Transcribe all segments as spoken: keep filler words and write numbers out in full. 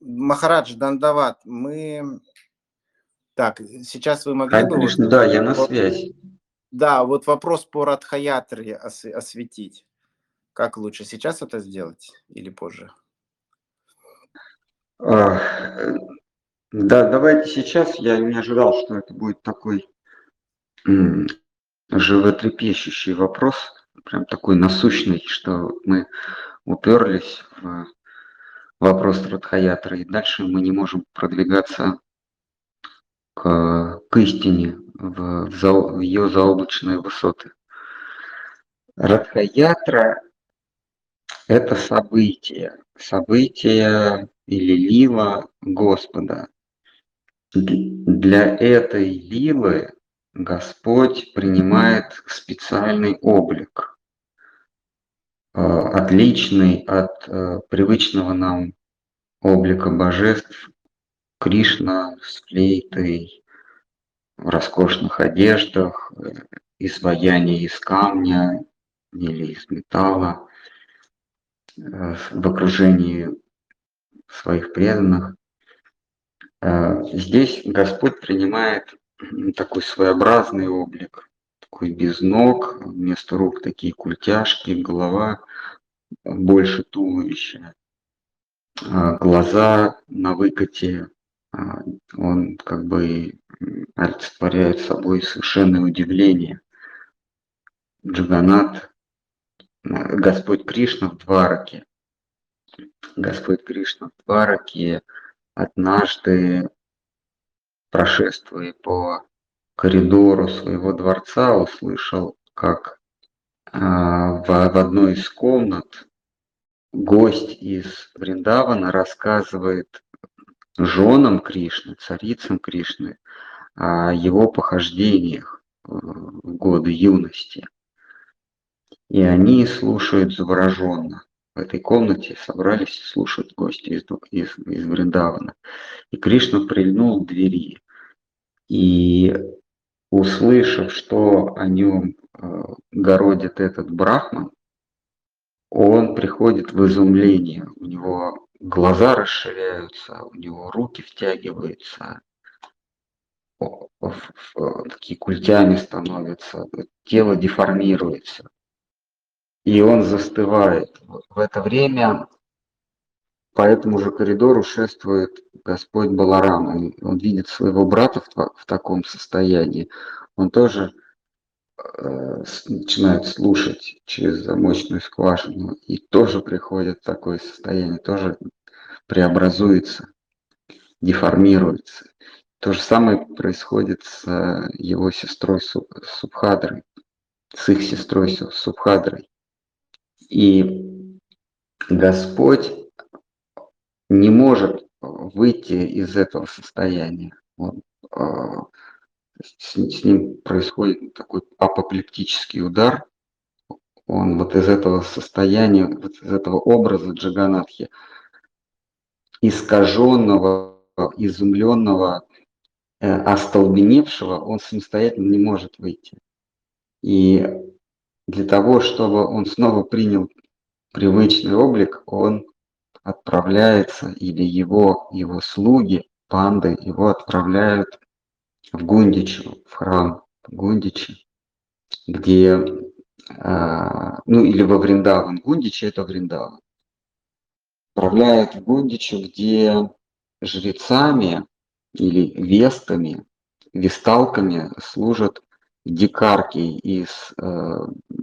Махарадж Дандават, мы так, сейчас вы могли Харе бы вот Кришна, да, я на вот связи. да, вот вопрос по Радха-ятре ос осветить. Как лучше, сейчас это сделать или позже? А, э, да, давайте сейчас. Я не ожидал, что это будет такой м, животрепещущий вопрос, прям такой насущный, что мы уперлись в вопрос Радхаятры, и дальше мы не можем продвигаться к, к истине в, в, зау- в ее заоблачные высоты. Радхаятра– это событие, событие или лила Господа. Для этой лилы Господь принимает специальный облик, э, отличный от э, привычного нам облика божеств. Кришна с флейтой, в роскошных одеждах, э, изваяние из камня или из металла, э, в окружении своих преданных. Э, Здесь Господь принимает м, такой своеобразный облик, такой без ног, вместо рук такие культяшки, голова больше туловища, а глаза на выкате. а, Он как бы м, олицетворяет собой совершенное удивление. Джаганнат, э, Господь Кришна в Двараке. Господь Кришна в Двараке однажды, прошествуя по коридору своего дворца, услышал, как а, в, в одной из комнат гость из Вриндавана рассказывает женам Кришны, царицам Кришны, о его похождениях э, в годы юности. И они слушают завороженно. В этой комнате собрались и слушают гости из, из, из Вриндавана. И Кришна прильнул к двери. И услышав, что о нем э, городит этот брахман, он приходит в изумление. У него глаза расширяются, у него руки втягиваются, о- в- в- такие культями становятся, тело деформируется. И он застывает. В это время по этому же коридору шествует Господь Баларам. Он, он видит своего брата в, та- в таком состоянии. Он тоже э, с- начинает слушать через замочную скважину и тоже приходит в такое состояние, тоже преобразуется, деформируется. То же самое происходит с э, его сестрой Су- Субхадрой, с их сестрой Су- Субхадрой. И Господь не может выйти из этого состояния. Он, э, с, с ним происходит такой апоплептический удар. Он вот из этого состояния, вот из этого образа Джаганатхи, искаженного, изумленного, э, остолбеневшего, он самостоятельно не может выйти. И для того, чтобы он снова принял привычный облик, он отправляется, или его, его слуги, панды, его отправляют в Гундичу, в храм Гундичи, где, а, ну или во Вриндаван. Гундичи– это Вриндаван. Отправляют в Гундичу, где жрецами или вестами, весталками служат дикарки из э,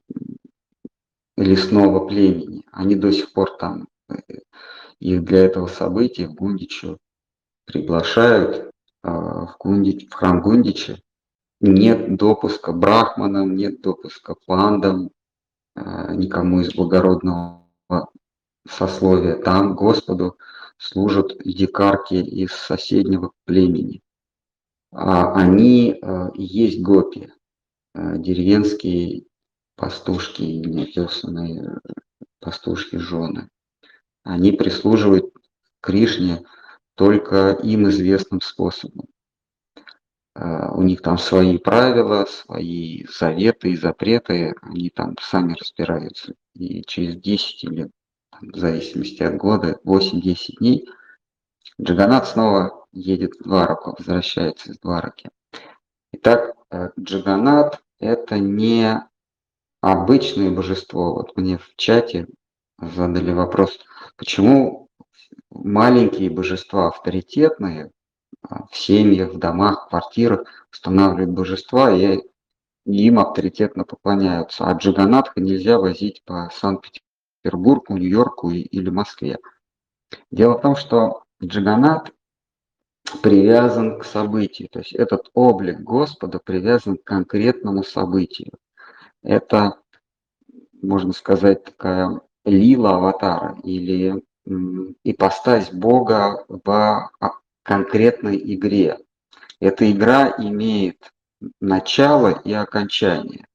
лесного племени. Они до сих пор там. Их для этого события в Гундичу приглашают, а, в, Гундич, в храм Гундичи. Нет допуска брахманам, нет допуска пандам, а, никому из благородного сословия. Там Господу служат дикарки из соседнего племени. А они а, и есть гопи, а, деревенские пастушки, неотесанные пастушки жены. Они прислуживают Кришне только им известным способом. У них там свои правила, свои заветы и запреты, они там сами разбираются. И через десять или, там, в зависимости от года, восемь-десять дней Джаганат снова едет в Двараку, возвращается из Двараки. Итак, э, Джаганат – это не обычное божество. Вот мне в чате задали вопрос, почему маленькие божества авторитетные а, в семьях, в домах, в квартирах устанавливают божества и им авторитетно поклоняются, а Джаганатха нельзя возить по Санкт-Петербургу, Нью-Йорку и- или Москве. Дело в том, что Джаганат привязан к событию, то есть этот облик Господа привязан к конкретному событию. Это, можно сказать, такая лила аватара или м, ипостась Бога в а, конкретной игре. Эта игра имеет начало и окончание.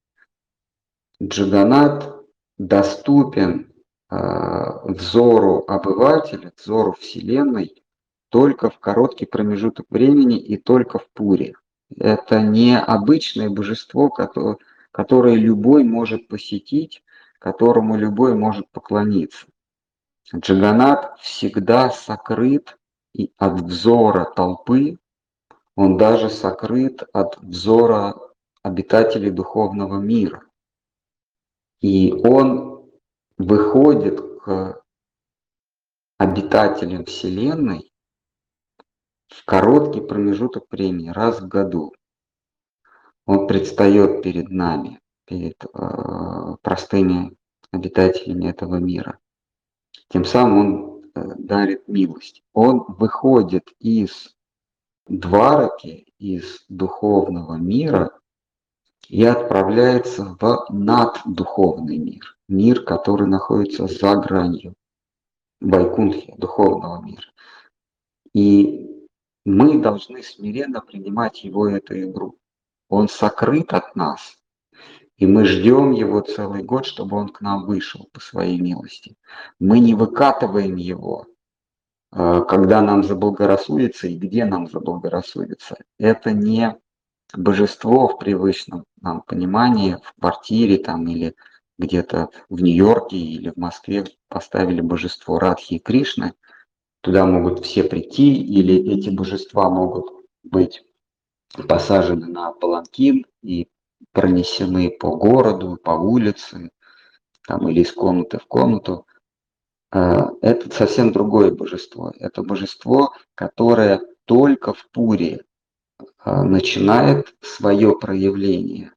Джаганат доступен э, взору обывателя, взору Вселенной только в короткий промежуток времени и только в Пуре. Это не обычное божество, которое, которое любой может посетить, которому любой может поклониться. Джаганат всегда сокрыт и от взора толпы, он даже сокрыт от взора обитателей духовного мира. И он выходит к обитателям Вселенной в короткий промежуток времени, раз в году. Он предстает перед нами, перед э, простыми обитателями этого мира. Тем самым он э, дарит милость. Он выходит из двараки, из духовного мира и отправляется в наддуховный мир, мир, который находится за гранью Вайкунтхи, духовного мира. И мы должны смиренно принимать его эту игру. Он сокрыт от нас, и мы ждем его целый год, чтобы он к нам вышел по своей милости. Мы не выкатываем его, когда нам заблагорассудится и где нам заблагорассудится. Это не божество в привычном нам понимании, в квартире там или где-то в Нью-Йорке или в Москве поставили божество Радхи и Кришны. Туда могут все прийти, или эти божества могут быть посажены на паланкин и пронесены по городу, по улице, там, или из комнаты в комнату. Это совсем другое божество. Это божество, которое только в Пуре начинает свое проявление.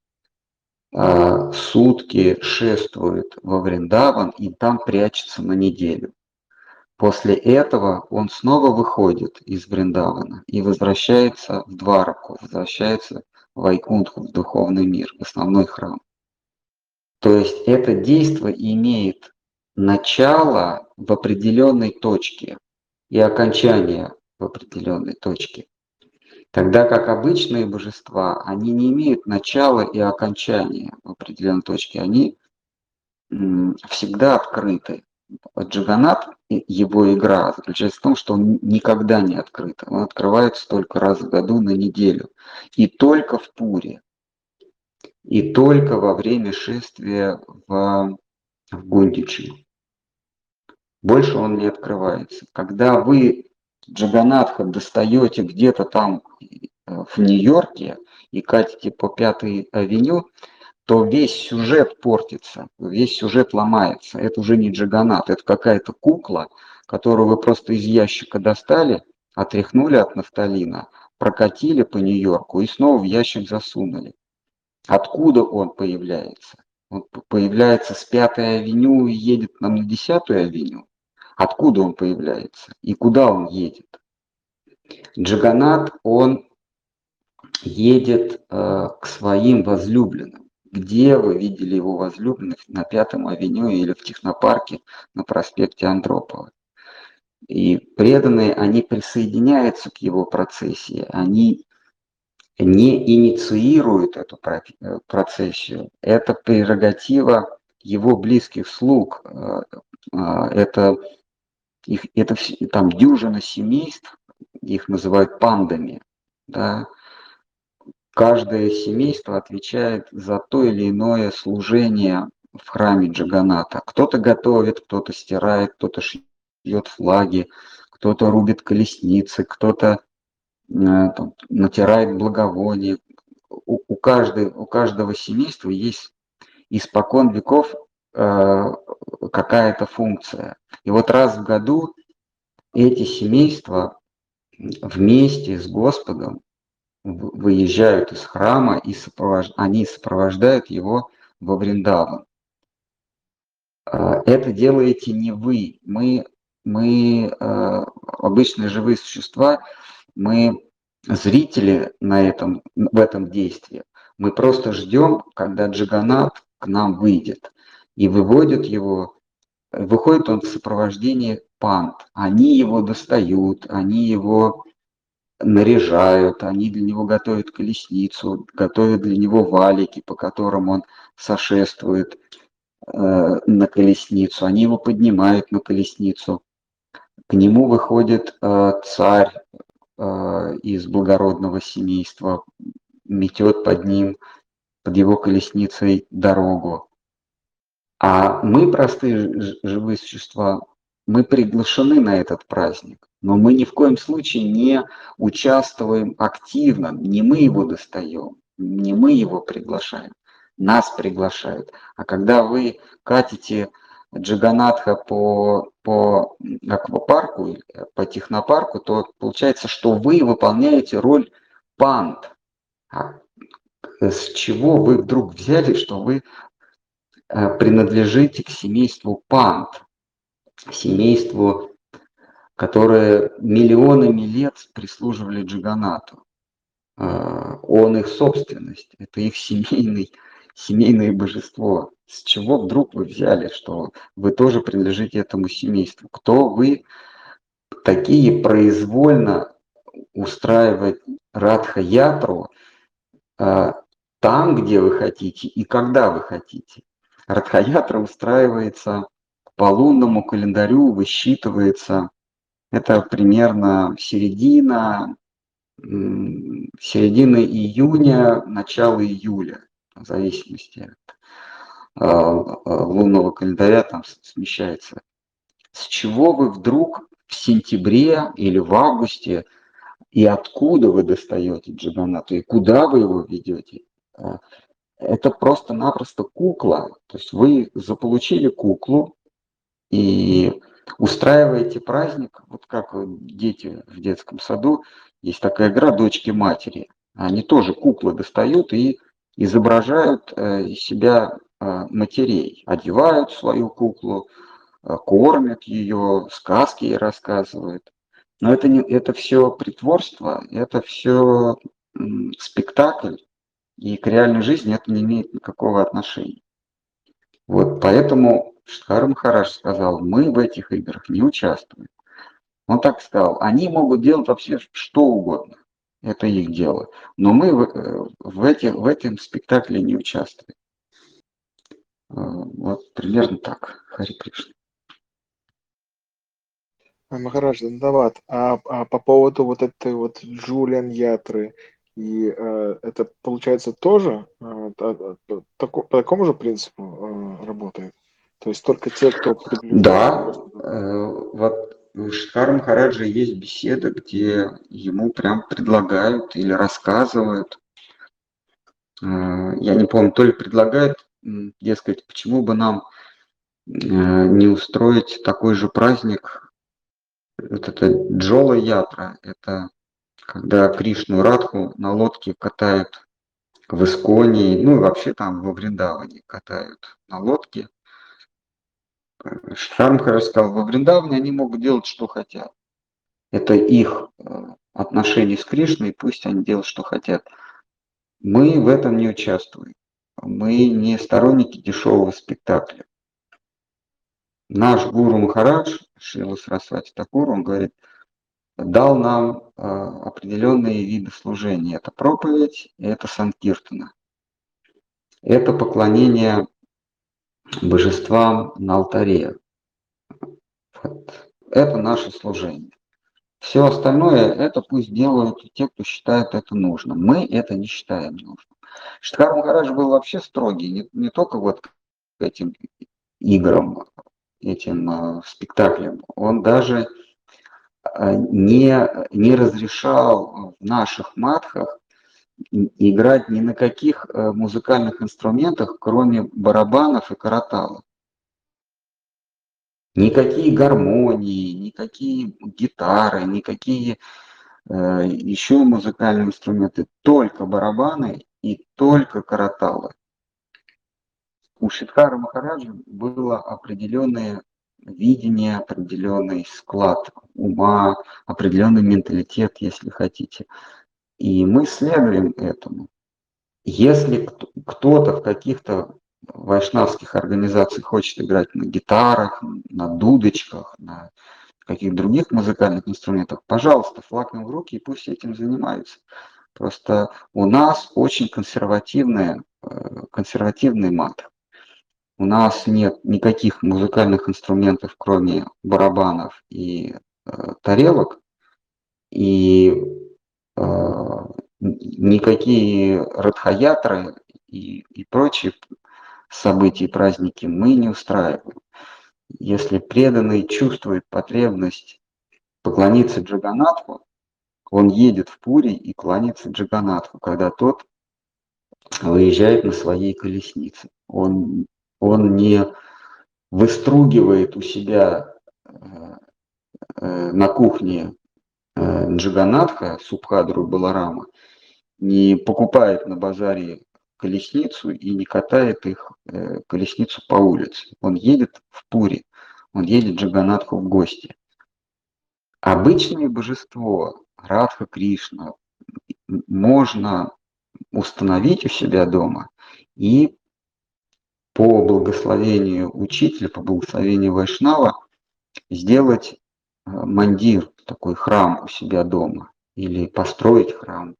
Сутки шествует во Вриндаван и там прячется на неделю. После этого он снова выходит из Вриндавана и возвращается в Двараку, возвращается в Вайкунтху, в духовный мир, в основной храм. То есть это действие имеет начало в определенной точке и окончание в определенной точке. Тогда как обычные божества, они не имеют начала и окончания в определенной точке, они м, всегда открыты. Джаганат, его игра заключается в том, что он никогда не открыт. Он открывается только раз в году на неделю. И только в Пуре. И только во время шествия в, в Гундичи. Больше он не открывается. Когда вы Джаганатха достаете где-то там в Нью-Йорке и катите по Пятой авеню, то весь сюжет портится, весь сюжет ломается. Это уже не Джаганат, это какая-то кукла, которую вы просто из ящика достали, отряхнули от нафталина, прокатили по Нью-Йорку и снова в ящик засунули. Откуда он появляется? Он появляется с Пятой авеню и едет нам на Десятую авеню. Откуда он появляется и куда он едет? Джаганат, он едет э, к своим возлюбленным. Где вы видели его возлюбленных? На Пятом авеню или в технопарке на проспекте Андропова. И преданные, они присоединяются к его процессии, они не инициируют эту процессию. Это прерогатива его близких слуг. Это, их, это там дюжина семейств, их называют пандами, да. Каждое семейство отвечает за то или иное служение в храме Джаганата. Кто-то готовит, кто-то стирает, кто-то шьет флаги, кто-то рубит колесницы, кто-то э, там, натирает благовоние. У, у, каждой, у каждого семейства есть испокон веков э, какая-то функция. И вот раз в году эти семейства вместе с Господом выезжают из храма, и сопровож... они сопровождают его во Вриндаван. Это делаете не вы. Мы, мы обычные живые существа, мы зрители на этом, в этом действии. Мы просто ждем, когда Джаганнат к нам выйдет. И выводит его, выходит он в сопровождении панд. Они его достают, они его наряжают, они для него готовят колесницу, готовят для него валики, по которым он сошествует э, на колесницу. Они его поднимают на колесницу. К нему выходит э, царь э, из благородного семейства, метет под ним, под его колесницей дорогу. А мы, простые живые существа, мы приглашены на этот праздник, но мы ни в коем случае не участвуем активно, не мы его достаем, не мы его приглашаем, нас приглашают. А когда вы катите Джаганнатха по, по аквапарку, по технопарку, то получается, что вы выполняете роль панд. А с чего вы вдруг взяли, что вы принадлежите к семейству панд, семейству, которое миллионами лет прислуживали Джаганнату. Он их собственность, это их семейный, семейное божество. С чего вдруг вы взяли, что вы тоже принадлежите этому семейству? Кто вы такие произвольно устраивать радха-ятру там, где вы хотите и когда вы хотите? Радха-ятра устраивается по лунному календарю, высчитывается. Это примерно середина, середина июня, начало июля, в зависимости от лунного календаря там смещается. С чего вы вдруг в сентябре или в августе и откуда вы достаете Джаганнату и куда вы его ведете? Это просто-напросто кукла. То есть вы заполучили куклу и устраиваете праздник, вот как дети в детском саду, есть такая игра «Дочки матери». Они тоже куклы достают и изображают из себя матерей, одевают свою куклу, кормят ее, сказки ей рассказывают. Но это, не, это все притворство, это все м, спектакль, и к реальной жизни это не имеет никакого отношения. Вот поэтому Штхар Махарадж сказал, мы в этих играх не участвуем. Он так сказал, они могут делать вообще что угодно, это их дело, но мы в, в, этих, в этом спектакле не участвуем. Вот примерно так. Хари Кришна. Махарадж Дандават, а, а по поводу вот этой вот Джулиан Ятры, и э, это получается тоже э, по, по такому же принципу э, работает? То есть только те, кто приближен. Да, э, вот у Штхара Махараджа есть беседа, где ему прям предлагают или рассказывают. Э, я не помню, то ли предлагают, дескать, почему бы нам э, не устроить такой же праздник. Вот это Джола Ятра, это когда Кришну и Радху на лодке катают в Исконе, ну и вообще там во Вриндаване катают на лодке. Штхар Махарадж сказал, во Вриндаване они могут делать, что хотят. Это их отношения с Кришной, пусть они делают, что хотят. Мы в этом не участвуем. Мы не сторонники дешевого спектакля. Наш гуру Махарадж, Шрила Сарасвати Такур, он говорит, дал нам э, определенные виды служения. Это проповедь, и это санкиртана. Это поклонение божествам на алтаре. Вот. Это наше служение. Все остальное, это пусть делают те, кто считает это нужным. Мы это не считаем нужным. Штхар Махарадж был вообще строгий, не, не только вот к этим играм, этим э, спектаклям. Он даже не, не разрешал в наших матхах играть ни на каких музыкальных инструментах, кроме барабанов и каратала. Никакие гармонии, никакие гитары, никакие э, еще музыкальные инструменты, только барабаны и только караталы. У Шидхара Махараджа было определенное видение, определенный склад ума, определенный менталитет, если хотите. И мы следуем этому. Если кто-то в каких-то вайшнавских организациях хочет играть на гитарах, на дудочках, на каких-то других музыкальных инструментах, пожалуйста, флаг им в руки и пусть этим занимаются. Просто у нас очень консервативная, консервативный мат. У нас нет никаких музыкальных инструментов, кроме барабанов и э, тарелок, и э, никакие радхаятры и, и прочие события и праздники мы не устраиваем. Если преданный чувствует потребность поклониться Джаганатху, он едет в Пури и кланяется Джаганатху, когда тот выезжает на своей колеснице. Он, он не выстругивает у себя э, э, на кухне э, Джаганатха, Субхадру Баларама, не покупает на базаре колесницу и не катает их э, колесницу по улице. Он едет в Пури, он едет Джаганатху в гости. Обычное божество, Радха Кришна, можно установить у себя дома и по благословению учителя, по благословению Вайшнава сделать мандир, такой храм у себя дома, или построить храм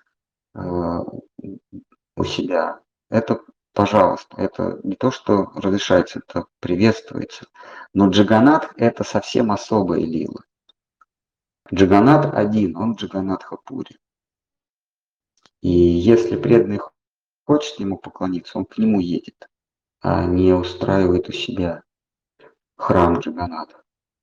у себя. Это, пожалуйста, это не то, что разрешается, это приветствуется. Но Джаганатх – это совсем особая лила. Джаганатх один, он Джаганатха Пури. И если преданный хочет ему поклониться, он к нему едет, а не устраивает у себя храм Джаганатха.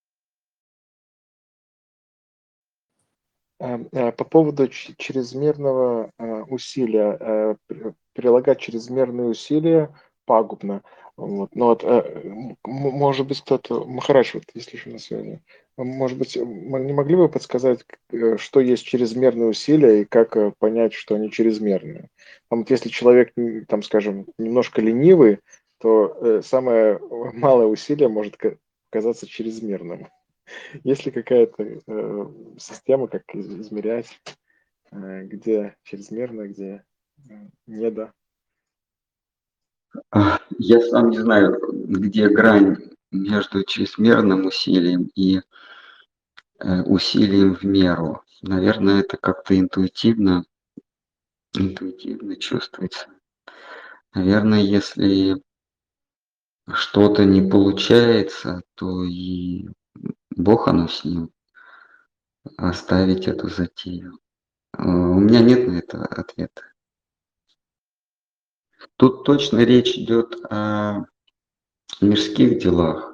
По поводу чрезмерного усилия, прилагать чрезмерные усилия пагубно. Вот. Но вот, может быть, кто-то, Махарадж, вот, если еще на связи, может быть, не могли бы подсказать, что есть чрезмерные усилия и как понять, что они чрезмерные? Там, вот, если человек, там, скажем, немножко ленивый, то самое малое усилие может казаться чрезмерным. Есть ли какая-то э, система, как измерять, э, где чрезмерно, где э, недо? Я сам не знаю, где грань между чрезмерным усилием и э, усилием в меру. Наверное, это как-то интуитивно, интуитивно чувствуется. Наверное, если что-то не получается, то и Бог оно с ним, оставить эту затею. У меня нет на это ответа. Тут точно речь идет о мирских делах.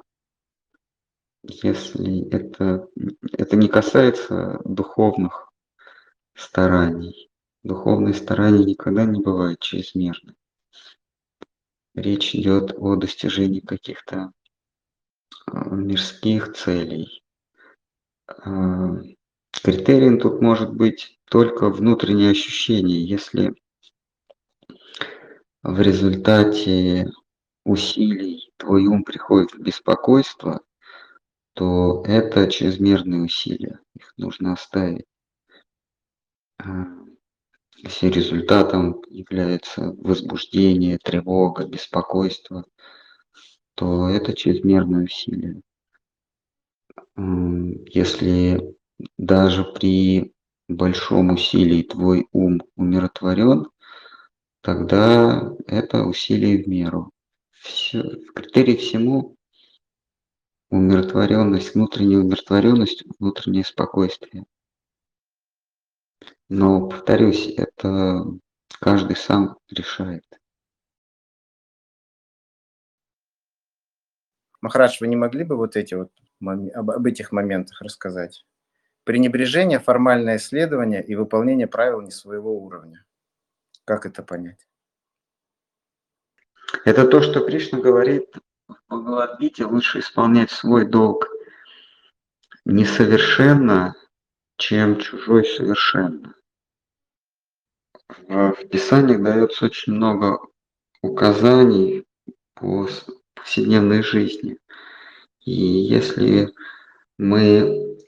Если это, это не касается духовных стараний. Духовные старания никогда не бывают чрезмерны. Речь идет о достижении каких-то мирских целей. Критерием тут может быть только внутреннее ощущение. Если в результате усилий твой ум приходит в беспокойство, то это чрезмерные усилия. Их нужно оставить. Если результатом является возбуждение, тревога, беспокойство, то это чрезмерные усилия. Если даже при большом усилии твой ум умиротворен, тогда это усилие в меру. Все, в критерии всему умиротворенность, внутренняя умиротворенность, внутреннее спокойствие. Но, повторюсь, это каждый сам решает. Махарадж, вы не могли бы вот эти вот об, об этих моментах рассказать? Пренебрежение, формальное исследование и выполнение правил не своего уровня. Как это понять? Это то, что Кришна говорит в Бхагавад-гите: лучше исполнять свой долг несовершенно, чем чужой совершенно. В Писаниях дается очень много указаний по повседневной жизни. И если мы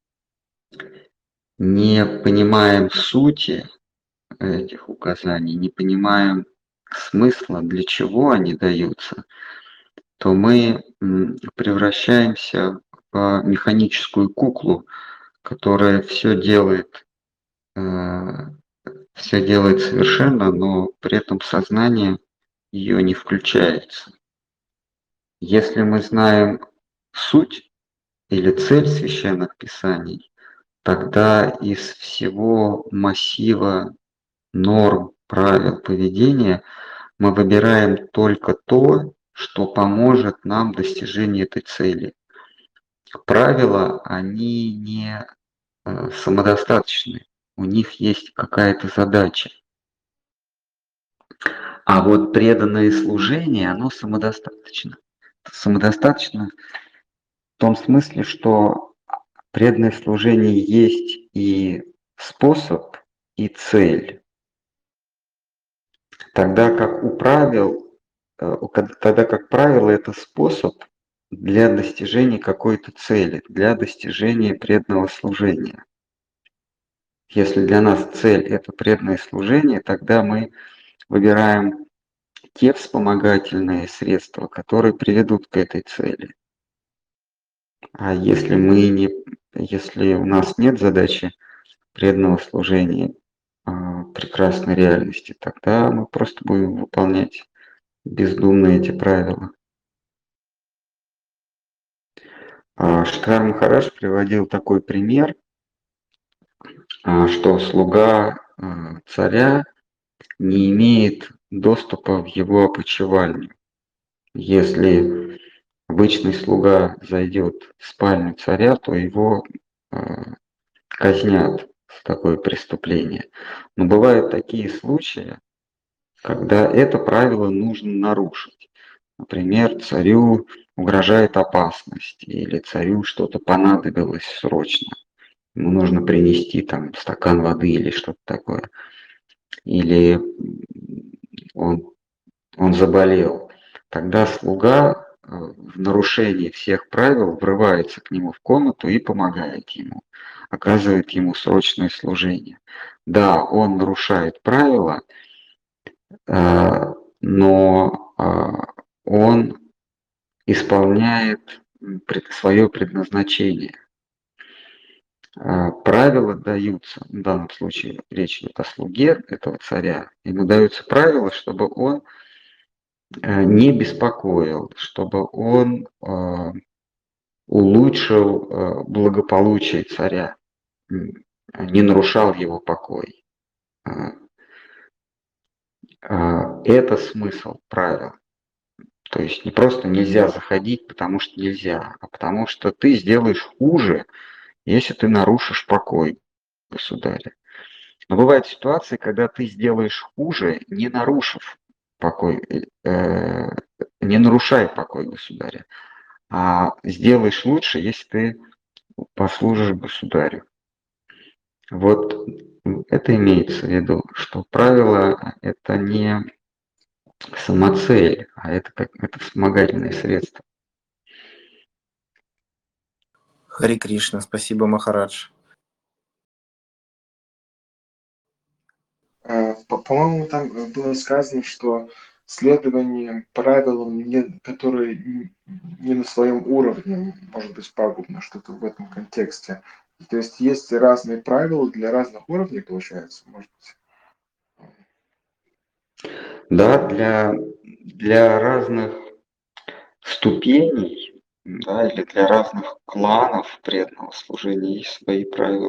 не понимаем сути этих указаний, не понимаем смысла, для чего они даются, то мы превращаемся в механическую куклу, которая все делает, все делает совершенно, но при этом сознание ее не включается. Если мы знаем суть или цель священных писаний, тогда из всего массива норм, правил поведения мы выбираем только то, что поможет нам в достижении этой цели. Правила, они не э, самодостаточны, у них есть какая-то задача. А вот преданное служение, оно самодостаточно. Самодостаточно в том смысле, что преданное служение есть и способ, и цель. Тогда как у правил, э, тогда как правило это способ для достижения какой-то цели, для достижения преданного служения. Если для нас цель это преданное служение, тогда мы выбираем те вспомогательные средства, которые приведут к этой цели. А если мы не, если у нас нет задачи преданного служения а, прекрасной реальности, тогда мы просто будем выполнять бездумно эти правила. А Шкар Махарадж приводил такой пример, а, что слуга а, царя не имеет доступа в его опочивальню. Если обычный слуга зайдет в спальню царя, то его а, казнят за такое преступление. Но бывают такие случаи, когда это правило нужно нарушить. Например, царю угрожает опасность, или царю что-то понадобилось срочно. Ему нужно принести там стакан воды или что-то такое. Или он, он заболел. Тогда слуга в нарушении всех правил врывается к нему в комнату и помогает ему, оказывает ему срочное служение. Да, он нарушает правила, но он исполняет свое предназначение. Правила даются, в данном случае речь идет о слуге этого царя, ему даются правила, чтобы он не беспокоил, чтобы он улучшил благополучие царя, не нарушал его покой. Это смысл правил. То есть не просто нельзя заходить, потому что нельзя, а потому что ты сделаешь хуже, если ты нарушишь покой государя. Но бывают ситуации, когда ты сделаешь хуже, не нарушив покой, э, не нарушая покой государя, а сделаешь лучше, если ты послужишь государю. Вот это имеется в виду, что правило это не самоцель, а это как это вспомогательное средство. Хари Кришна, спасибо, Махарадж. По-моему, там было сказано, что следование правилам, не, которые не на своем уровне, может быть пагубно, что-то в этом контексте. То есть есть разные правила для разных уровней, получается, может быть? Да, для, для разных ступеней, да, или для разных кланов преданного служения есть свои правила.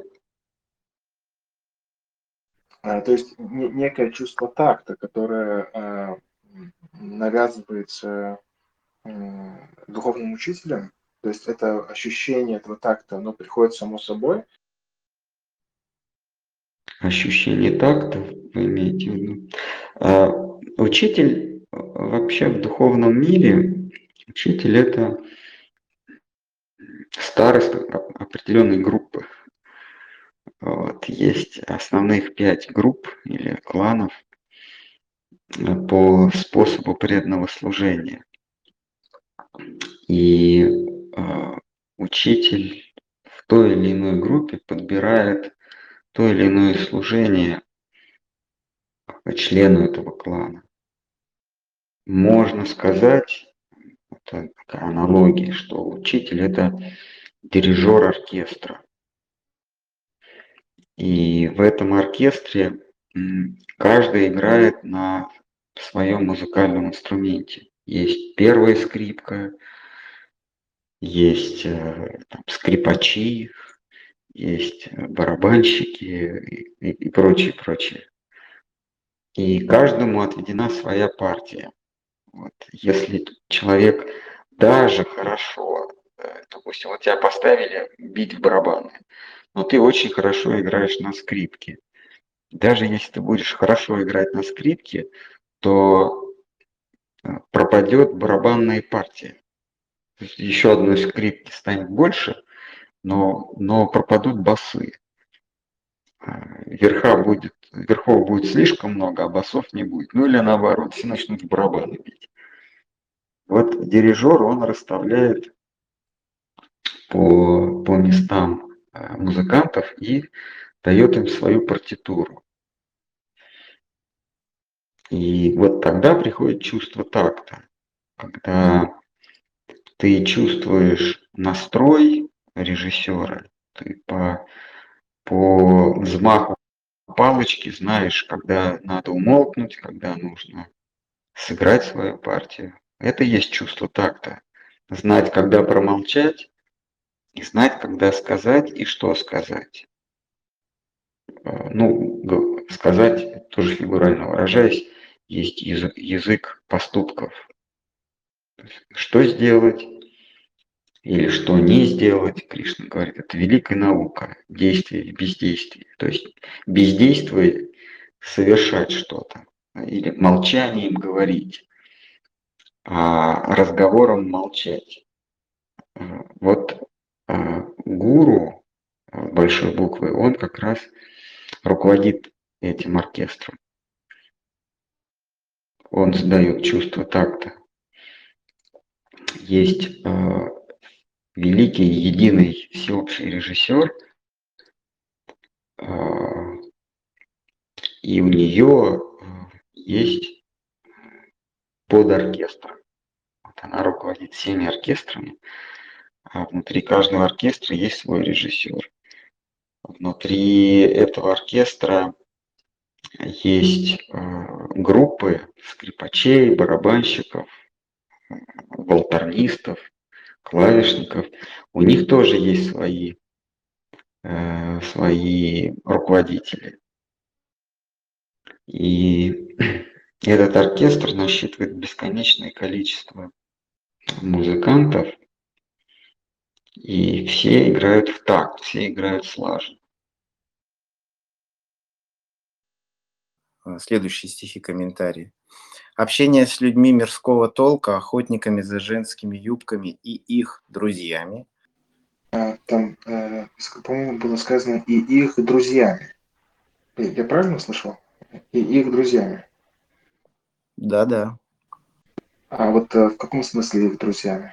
А, то есть некое чувство такта, которое а, навязывается а, духовным учителем, то есть это ощущение этого такта, оно приходит само собой, ощущение такта, вы имеете в виду. А, учитель э, вообще в духовном мире, учитель это староста оп- определенной группы. Вот, есть основных пять групп или кланов э, по способу преданного служения. И э, учитель в той или иной группе подбирает то или иное служение члену этого клана. Можно сказать, это такая аналогия, что учитель это дирижер оркестра. И в этом оркестре м, каждый играет на своем музыкальном инструменте. Есть первая скрипка, есть э, там, скрипачи, есть э, барабанщики и, и, и прочее, прочее. И каждому отведена своя партия. Вот. Если человек даже хорошо, э, допустим, вот тебя поставили бить в барабаны, но ты очень хорошо играешь на скрипке. Даже если ты будешь хорошо играть на скрипке, то э, пропадет барабанная партия. То есть еще одной скрипки станет больше, но, но пропадут басы. А, Верха будет, верхов будет слишком много, а басов не будет. Ну или наоборот, все начнут в барабаны бить. Вот дирижер, он расставляет по, по местам э, музыкантов и дает им свою партитуру. И вот тогда приходит чувство такта, когда ты чувствуешь настрой режиссера, ты по, по взмаху палочки знаешь, когда надо умолкнуть, когда нужно сыграть свою партию. Это и есть чувство такта. Знать, когда промолчать, и знать, когда сказать и что сказать. Э, Ну, г- сказать, тоже фигурально выражаясь, есть язык, язык поступков. Что сделать или что не сделать, Кришна говорит, это великая наука, действие или бездействие. То есть бездействуя совершать что-то, или молчанием говорить, а разговором молчать. Э, Вот э, гуру э, большой буквы, он как раз руководит этим оркестром. Он задает чувство такта. Есть э, великий, единый, всеобщий режиссер, э, и у нее э, есть подоркестр. Вот она руководит всеми оркестрами, а внутри каждого оркестра есть свой режиссер. Внутри этого оркестра есть э, группы скрипачей, барабанщиков, волторнистов, клавишников. У них тоже есть свои, э, свои руководители. И этот оркестр насчитывает бесконечное количество музыкантов, и все играют в такт, все играют слаженно. А, Следующие стихи, комментарии. Общение с людьми мирского толка, охотниками за женскими юбками и их друзьями. А, там, э, с- по-моему, было сказано и их друзьями. Я я правильно слышал? И их друзьями. Да-да. А вот э, в каком смысле их друзьями?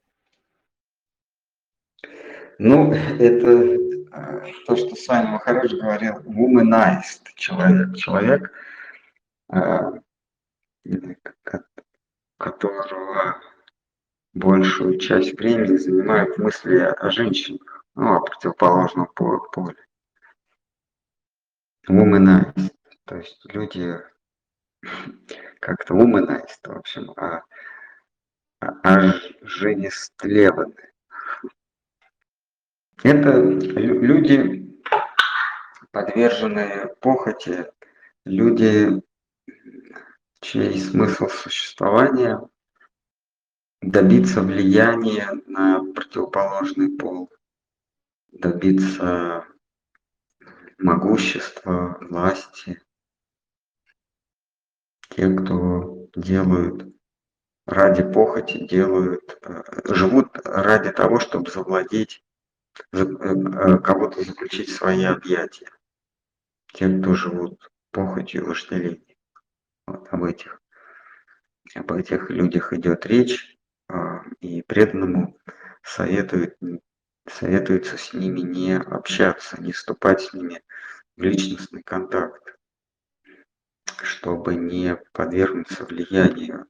Ну, это э, то, что с вами Махарадж говорил, womanized человек. Человек, э, к- которого большую часть времени занимают мысли о женщинах, ну, о противоположном по- поле. Womanized, то есть люди как-то womanized, в общем, а, а оженествлены. Это лю- люди, подверженные похоти, люди, чей смысл существования добиться влияния на противоположный пол, добиться могущества, власти, те, кто делают ради похоти, делают, э, живут ради того, чтобы завладеть, за- э, э, кого-то заключить в свои объятия. Те, кто живут похотью и вожделением. Вот об этих, об этих людях идет речь, а, и преданному советует, советуется с ними не общаться, не вступать с ними в личностный контакт, чтобы не подвергнуться влиянию.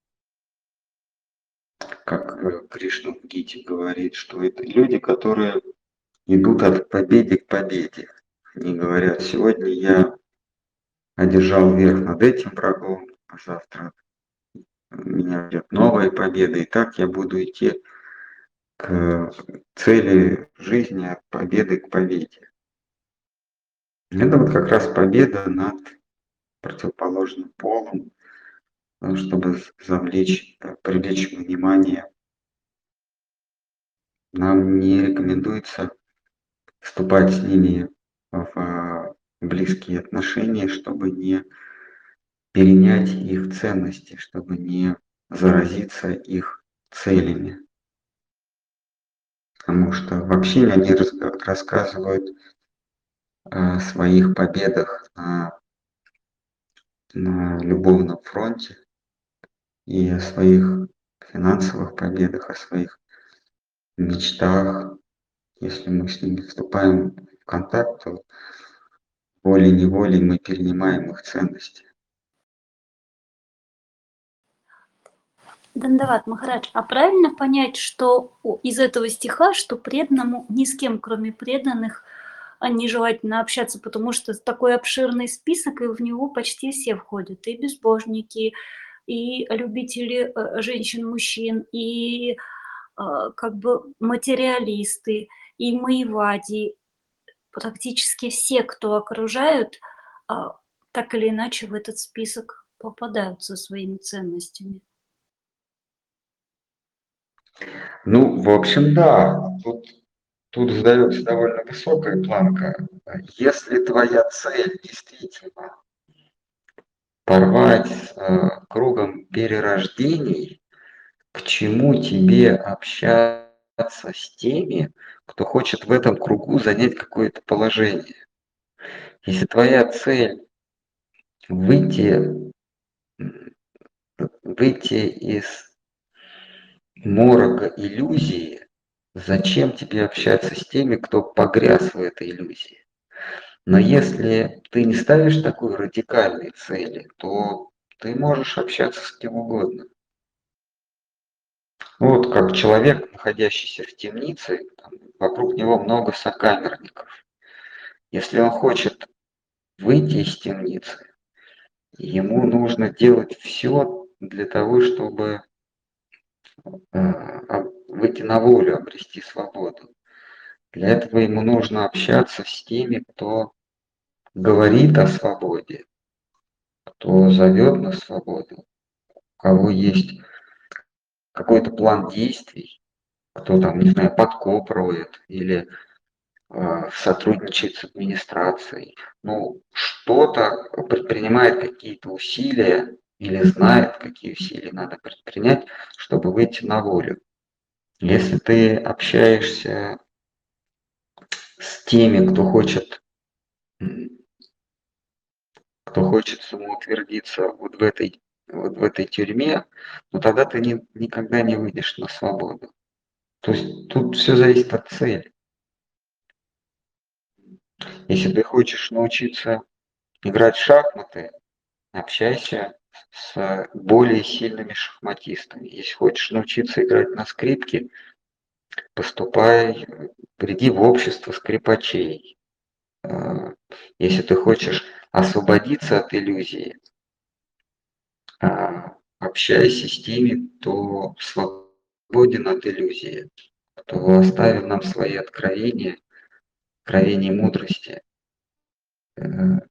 Как э, Кришна в Гите говорит, что это люди, которые идут от победы к победе. Они говорят, сегодня я одержал верх над этим врагом, а завтра меня ждет новая победа, и так я буду идти к цели жизни от победы к победе. Это вот как раз победа над противоположным полом, э, чтобы завлечь, э, привлечь внимание. Нам не рекомендуется вступать с ними в а, близкие отношения, чтобы не перенять их ценности, чтобы не заразиться их целями. Потому что в общине они рас- рассказывают о своих победах на, на любовном фронте и о своих финансовых победах, о своих мечтах. Если мы с ними вступаем в контакт, то волей-неволей мы перенимаем их ценности. Дандават Махарадж, а правильно понять, что из этого стиха, что преданному ни с кем, кроме преданных, нежелательно общаться, потому что такой обширный список, и в него почти все входят, и безбожники, и любители женщин, мужчин, и как бы материалисты, и маевади, практически все, кто окружают, так или иначе в этот список попадают со своими ценностями. Ну, в общем, да, тут, тут задается довольно высокая планка. Если твоя цель действительно порвать с э, кругом перерождений, к чему тебе общаться с теми, кто хочет в этом кругу занять какое-то положение? Если твоя цель выйти, выйти из морока иллюзии, зачем тебе общаться с теми, кто погряз в этой иллюзии? Но если ты не ставишь такой радикальной цели, то ты можешь общаться с кем угодно. Ну, вот как человек, находящийся в темнице, там, вокруг него много сокамерников. Если он хочет выйти из темницы, ему нужно делать все для того, чтобы э, выйти на волю, обрести свободу. Для этого ему нужно общаться с теми, кто говорит о свободе, кто зовет на свободу, у кого есть какой-то план действий, кто там, не знаю, подкоп роет или э, сотрудничает с администрацией, ну, что-то предпринимает какие-то усилия или знает, какие усилия надо предпринять, чтобы выйти на волю. Если ты общаешься с теми, кто хочет, кто хочет самоутвердиться вот в этой, вот в этой тюрьме, ну тогда ты не, никогда не выйдешь на свободу. То есть тут все зависит от цели. Если ты хочешь научиться играть в шахматы, общайся с более сильными шахматистами. Если хочешь научиться играть на скрипке, поступай, приди в общество скрипачей. Если ты хочешь освободиться от иллюзии, общайся с теми, кто свободен от иллюзии, кто оставил нам свои откровения, откровения мудрости. Это,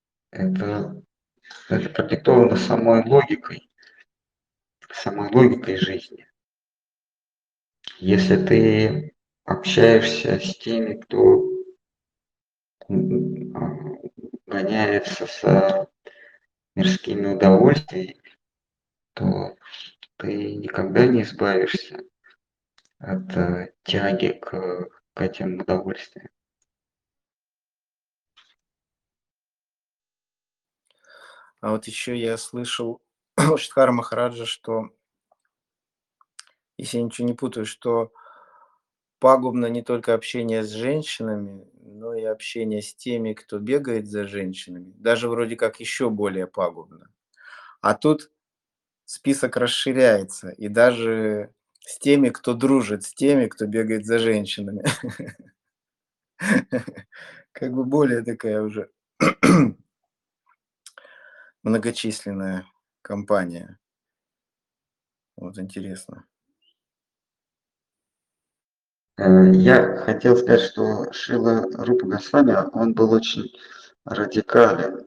это продиктовано самой логикой, самой логикой жизни. Если ты общаешься с теми, кто м, а, гоняется за мирскими удовольствиями, то ты никогда не избавишься от э, тяги к, к этим удовольствиям. А вот еще я слышал у Штхара Махараджа, что, если я ничего не путаю, что пагубно не только общение с женщинами, но и общение с теми, кто бегает за женщинами. Даже вроде как еще более пагубно. А тут список расширяется, и даже с теми, кто дружит с теми, кто бегает за женщинами. Как бы более такая уже многочисленная компания. Вот интересно. Э, Я хотел сказать, что Шрила Рупа Госвами, он был очень радикален.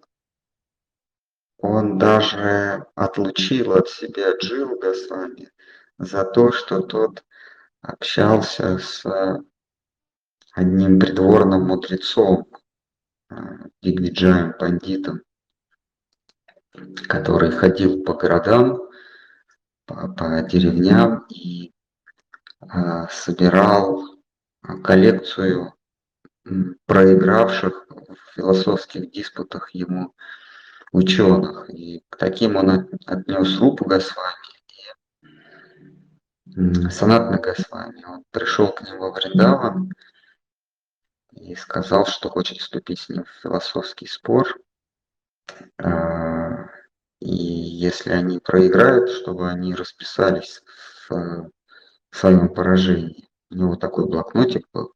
Он даже отлучил от себя Дживу Госвами за то, что тот общался с одним придворным мудрецом, э, Дигвиджаем Пандитом, который ходил по городам, по, по деревням и а, собирал а, коллекцию м, проигравших в философских диспутах ему ученых. И к таким он от- отнес Рупу Госвами, м, Санатана Госвами. Он пришел к нему во Вриндаван и сказал, что хочет вступить с ним в философский спор. А, И если они проиграют, чтобы они расписались в своем поражении. У него такой блокнотик был.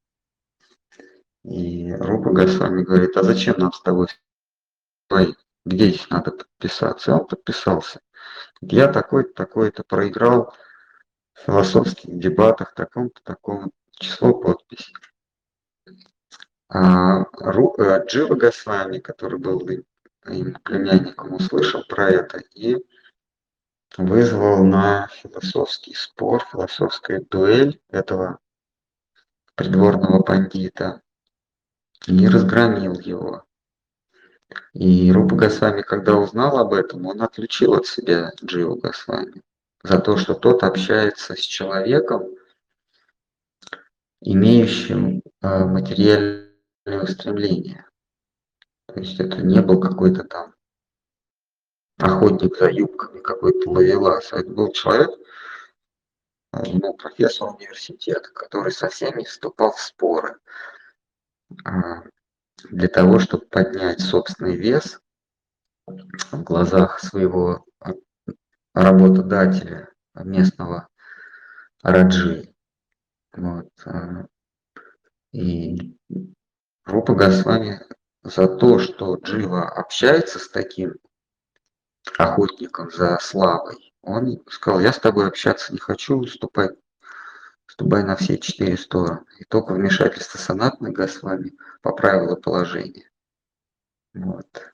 И Рупа Госвами говорит, а зачем нам с тобой спорить? Где здесь надо подписаться? И он подписался. Я такой-то, такой-то проиграл в философских дебатах таком-то, таком число подписей. А Ру, э, Джива Госвами, который был им, им племянником, услышал про это и вызвал на философский спор, философская дуэль этого придворного пандита и разгромил его. И Рупа Госвами, когда узнал об этом, он отлучил от себя Дживу Госвами за то, что тот общается с человеком, имеющим э, материальные устремления. То есть это не был какой-то там охотник за юбками, какой-то ловелас. А это был человек, э, ну, профессор университета, который со всеми вступал в споры а, для того, чтобы поднять собственный вес в глазах своего а, работодателя, местного Раджи. Вот. а, И Рупа Госвами за то, что Джива общается с таким охотником за славой, он сказал, я с тобой общаться не хочу, ступай, ступай на все четыре стороны. И только вмешательство Санатаны Госвами поправило положение. Вот.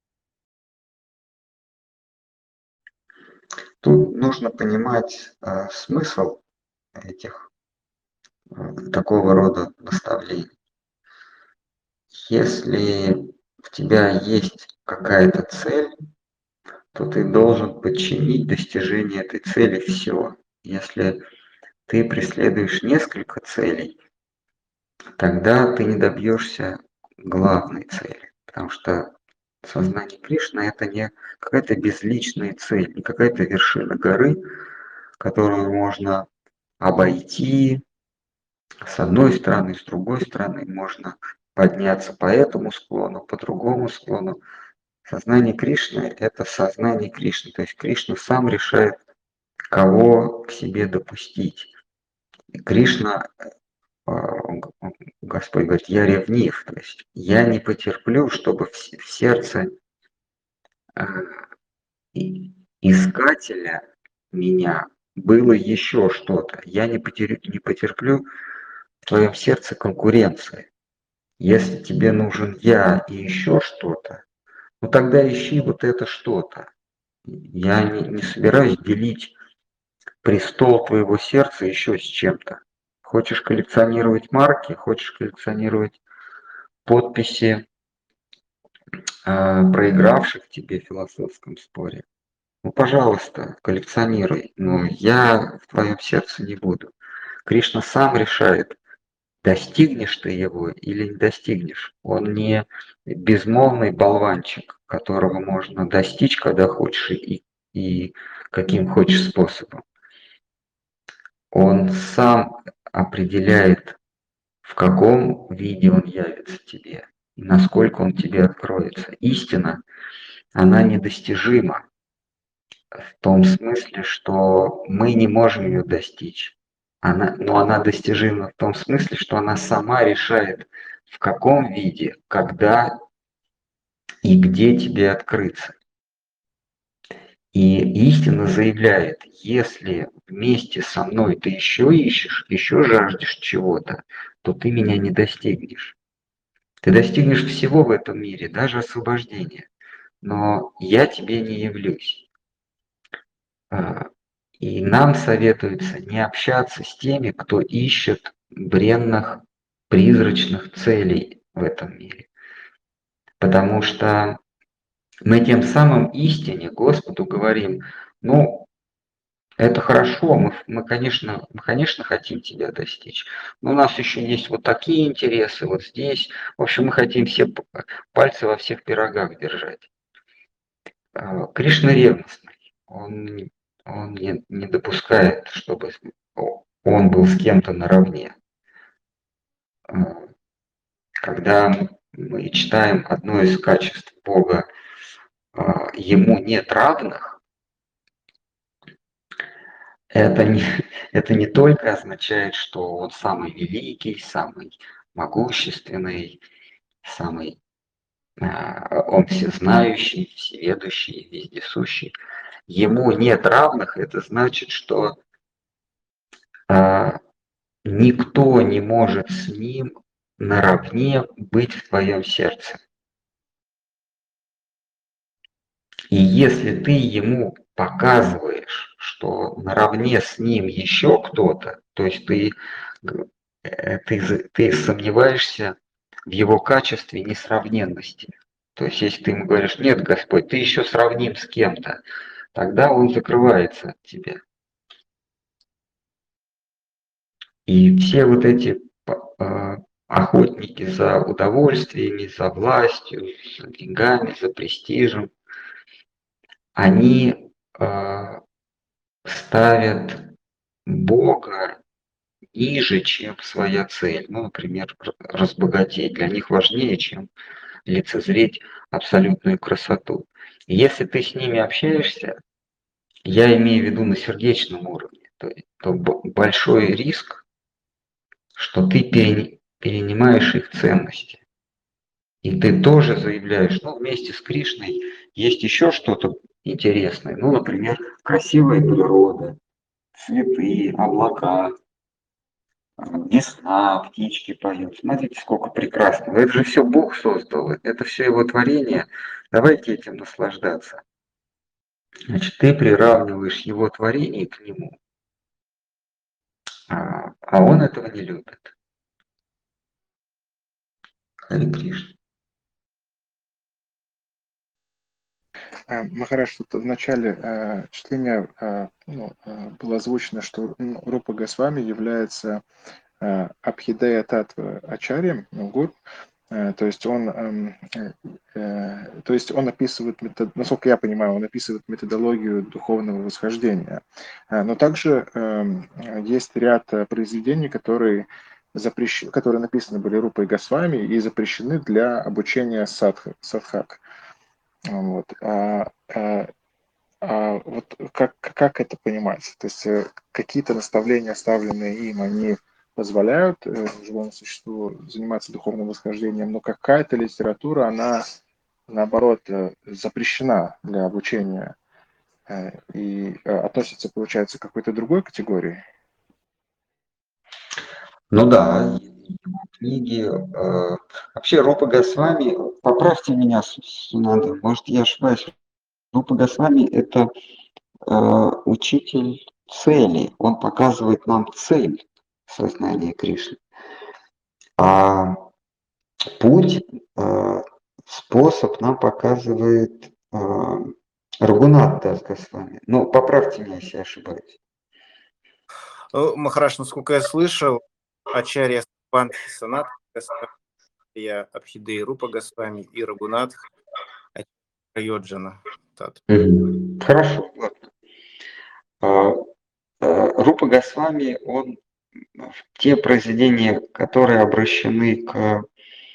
Тут нужно понимать э, смысл этих э, такого рода наставлений. Если у тебя есть какая-то цель, то ты должен подчинить достижение этой цели все. Если ты преследуешь несколько целей, тогда ты не добьешься главной цели, потому что сознание Кришны это не какая-то безличная цель, не какая-то вершина горы, которую можно обойти с одной стороны, с другой стороны, можно подняться по этому склону, по другому склону. Сознание Кришны – это сознание Кришны, то есть Кришна сам решает, кого к себе допустить. И Кришна, Господь говорит, я ревнив, то есть я не потерплю, чтобы в сердце искателя меня было еще что-то. Я не потерплю, не потерплю в твоем сердце конкуренции. Если тебе нужен я и еще что-то, ну тогда ищи вот это что-то. Я не, не собираюсь делить престол твоего сердца еще с чем-то. Хочешь коллекционировать марки, хочешь коллекционировать подписи э, проигравших тебе в философском споре. Ну, пожалуйста, коллекционируй, но я в твоем сердце не буду. Кришна сам решает, достигнешь ты его или не достигнешь. Он не безмолвный болванчик, которого можно достичь, когда хочешь, и, и каким хочешь способом. Он сам определяет, в каком виде он явится тебе, и насколько он тебе откроется. Истина, она недостижима в том смысле, что мы не можем ее достичь. Она, но она достижима в том смысле, что она сама решает, в каком виде, когда и где тебе открыться. И истина заявляет, если вместе со мной ты еще ищешь, еще жаждешь чего-то, то ты меня не достигнешь. Ты достигнешь всего в этом мире, даже освобождения, но я тебе не явлюсь. И нам советуется не общаться с теми, кто ищет бренных, призрачных целей в этом мире. Потому что мы тем самым истине, Господу, говорим, ну, это хорошо, мы, мы, конечно, мы, конечно, хотим тебя достичь, но у нас еще есть вот такие интересы, вот здесь. В общем, мы хотим все пальцы во всех пирогах держать. Кришна ревностный, он, он не, не допускает, чтобы он был с кем-то наравне. Когда мы читаем одно из качеств Бога, ему нет равных, это не, это не только означает, что он самый великий, самый могущественный, самый, он всезнающий, всеведущий, вездесущий. Ему нет равных, это значит, что никто не может с ним наравне быть в твоем сердце. И если ты ему показываешь, что наравне с ним еще кто-то, то есть ты, ты, ты сомневаешься в его качестве несравненности. То есть если ты ему говоришь, нет, Господь, ты еще сравним с кем-то, тогда он закрывается от тебя. И все вот эти охотники за удовольствиями, за властью, за деньгами, за престижем, они э, ставят Бога ниже, чем своя цель. Ну, например, разбогатеть. Для них важнее, чем лицезреть абсолютную красоту. И если ты с ними общаешься, я имею в виду на сердечном уровне, то, то большой риск, что ты перенимаешь их ценности. И ты тоже заявляешь, ну, вместе с Кришной есть еще что-то интересное. Ну, например, красивая природа, цветы, облака, весна, птички поют. Смотрите, сколько прекрасного. Это же все Бог создал, это все его творение. Давайте этим наслаждаться. Значит, ты приравниваешь его творение к нему, а, а он этого не любит. Харе Кришна. Махарадж, тут в начале э, чтения э, ну, э, было озвучено, что ну, Рупа Госвами является э, Абхидея Татва Ачарьем, ну, гуру. Э, то есть он, э, э, то есть он описывает, метод, насколько я понимаю, он описывает методологию духовного восхождения. Э, но также э, есть ряд произведений, которые запрещены, которые написаны были Рупой Госвами и запрещены для обучения садха, садхак. Вот. А, а, а вот как, как это понимается? То есть какие-то наставления, оставленные им, они позволяют э, живому существу заниматься духовным восхождением, но какая-то литература, она, наоборот, запрещена для обучения э, и э, относится, получается, к какой-то другой категории? Ну да, его книги. Э, вообще, Рупа Госвами, поправьте меня, Сунанда, может, я ошибаюсь. Рупа Госвами – это э, учитель цели. Он показывает нам цель сознания Кришны. А путь, э, способ нам показывает э, Рагунат Дас Госвами. Ну, поправьте меня, если я ошибаюсь. Ну, Махараш, насколько я слышал, Ачарья Панти Санат Госвами, я Абхидеи Рупа Госвами и Рагунат Йоджана. Мгм. Хорошо, ладно. А, э, Рупа Госвами, он те произведения, которые обращены к,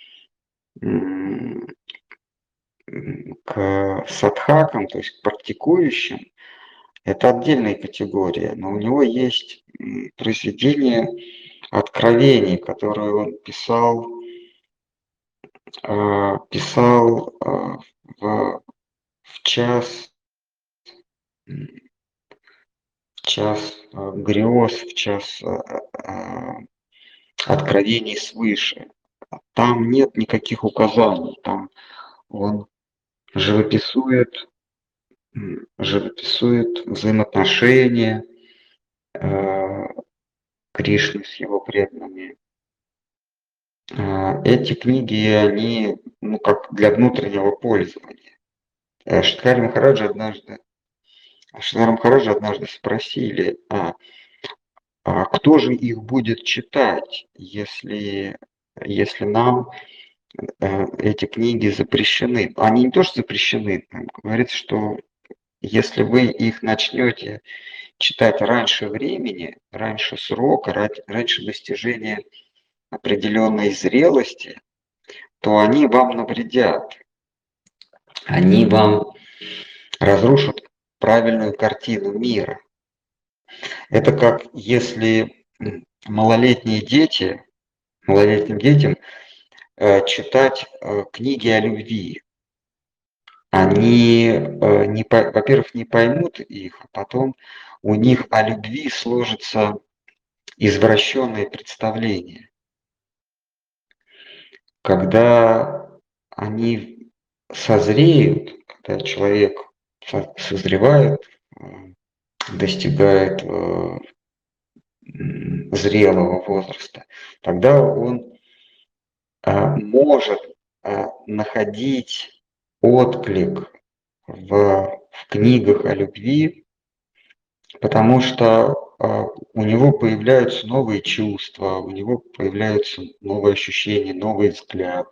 м, м, к садхакам, то есть к практикующим, это отдельная категория, но у него есть м, произведения откровений, которые он писал, а, писал а, в, в час, м, в час а, грез, в час а, а, откровений свыше. Там нет никаких указаний, там он живописует, м, живописует взаимоотношения э, Кришны с его преданными. Э, Эти книги, они, ну, как для внутреннего пользования. Э, Шридхари Махараджа однажды, Шридхари Махараджа однажды спросили, а, а кто же их будет читать, если, если нам э, эти книги запрещены? Они не то, что запрещены, там говорится, что если вы их начнете читать раньше времени, раньше срока, ра- раньше достижения определенной зрелости, то они вам навредят. Они вам разрушат правильную картину мира. Это как если м, малолетние дети, малолетним детям э, читать э, книги о любви. Они, э, не по- во-первых, не поймут их, а потом у них о любви сложится извращенное представление. Когда они созреют, когда человек со- созревает, э, достигает э, м, зрелого возраста, тогда он а, может а, находить отклик в, в книгах о любви, потому что а, у него появляются новые чувства, у него появляются новые ощущения, новый взгляд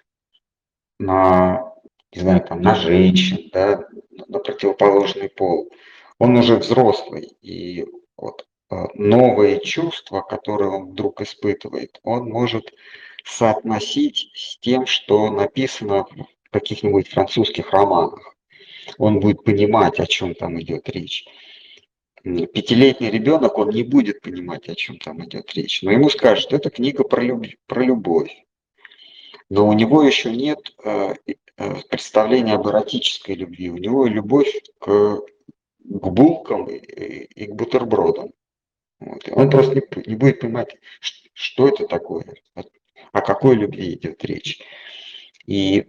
на, не знаю, там, на женщин, да, на противоположный пол. Он уже взрослый, и вот а, новые чувства, которые он вдруг испытывает, он может соотносить с тем, что написано в каких-нибудь французских романах. Он будет понимать, о чем там идет речь. М, Пятилетний ребенок, он не будет понимать, о чем там идет речь, но ему скажут, это книга про, люб- про любовь. Но у него еще нет э, э, представления об эротической любви. У него любовь к, к булкам и, и к бутербродам. Вот. И он просто не, п- не будет понимать, ш- что это такое, о, о какой любви идет речь. И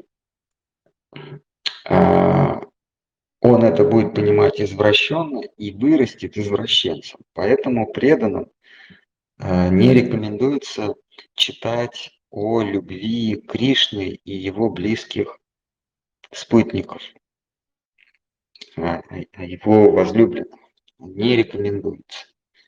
а, он это будет понимать извращенно и вырастет извращенцем. Поэтому преданным а, не рекомендуется читать о любви Кришны и его близких спутников, а, а его возлюбленных. Не рекомендуется.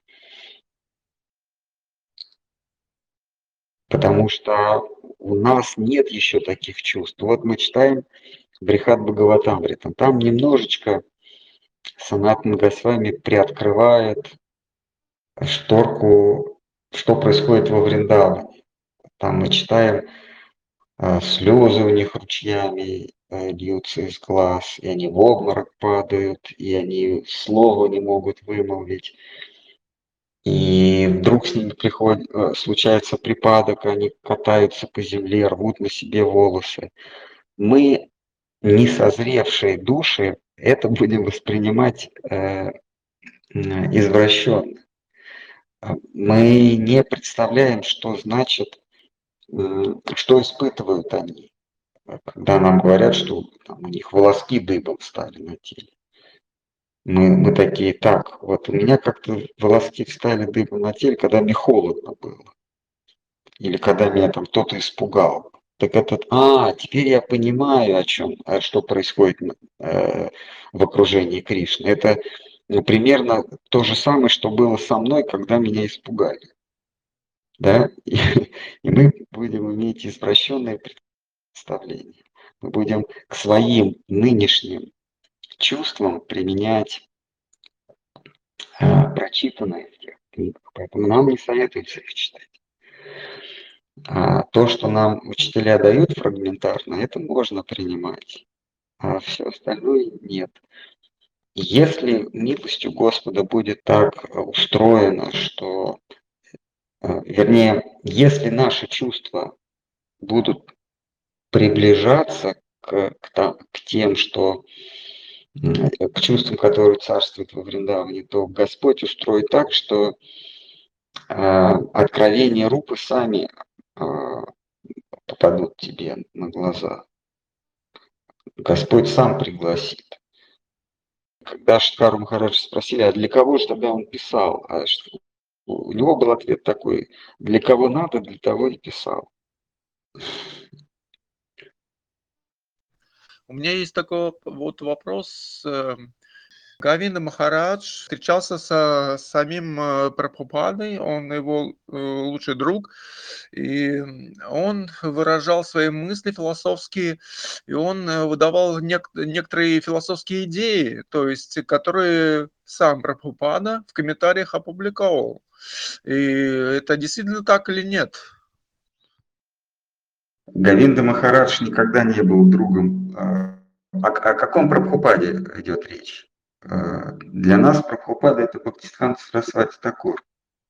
Потому что у нас нет еще таких чувств. Вот мы читаем Брихат Бхагаватамрита. Там немножечко Санатана Госвами приоткрывает шторку, что происходит во Вриндаване. Там мы читаем, а, слезы у них ручьями а, льются из глаз, и они в обморок падают, и они слова не могут вымолвить. И вдруг с ними приходит, э, случается припадок, они катаются по земле, рвут на себе волосы. Мы, не созревшие души, это будем воспринимать э, извращенно. Мы не представляем, что значит, что испытывают они, когда нам говорят, что там, у них волоски дыбом стали на теле. Мы, мы такие, так, вот у меня как-то волоски встали дыбом на теле, когда мне холодно было. Или когда меня там кто-то испугал. Так этот, а, теперь я понимаю, о чем, а, что происходит н- э, в окружении Кришны. Это ну, примерно то же самое, что было со мной, когда меня испугали. Да? И, и мы будем иметь извращенное представление. Мы будем к своим нынешним чувствам применять а, прочитанное в тех книгах. Поэтому нам не советуется их читать. А то, что нам учителя дают фрагментарно, это можно принимать, а все остальное нет. Если милостью Господа будет так э, устроено, что, э, вернее, если наши чувства будут приближаться к, к, та- к тем, что м, к чувствам, которые царствуют во Вриндаване, то Господь устроит так, что а, откровения Рупы сами а, попадут тебе на глаза. Господь сам пригласит. Когда Шткару Махараджа спросили, а для кого же тогда он писал? А Ш- у него был ответ такой, для кого надо, для того и писал. У меня есть такой вот вопрос. э, Говинда Махарадж встречался со самим э, Прабхупадой, он его э, лучший друг, и он выражал свои мысли философские, и он э, выдавал нек- некоторые философские идеи, то есть которые сам Прабхупада в комментариях опубликовал. И это действительно так или нет? Говинда Махарадж никогда не был другом. а, О, о каком Прабхупаде идет речь? А, Для нас Прабхупада это Бхактисидханта Сарасвати Такур.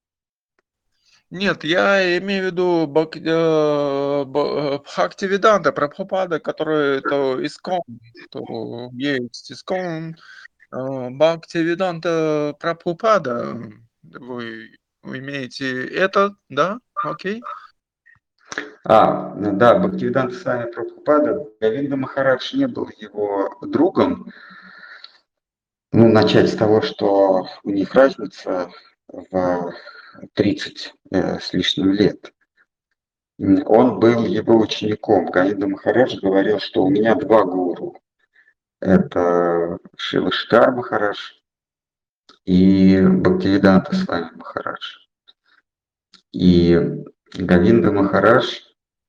Нет, я имею в виду Бак- э, Б- э, Бхактивиданта Прабхупада, который то искон, то есть искон э, Бхактивиданта Прабхупада. Вы, вы имеете это, да? Окей. А, да, Бхактивиданта Свами Прабхупада, Говинда Махарадж не был его другом. Ну, начать с того, что у них разница в тридцать э, с лишним лет. М, Он был его учеником. Говинда Махарадж говорил, что у меня два гуру. Это Шрила Шридхар Махарадж и Бхактивиданта Свами Махарадж. И Говинда Махарадж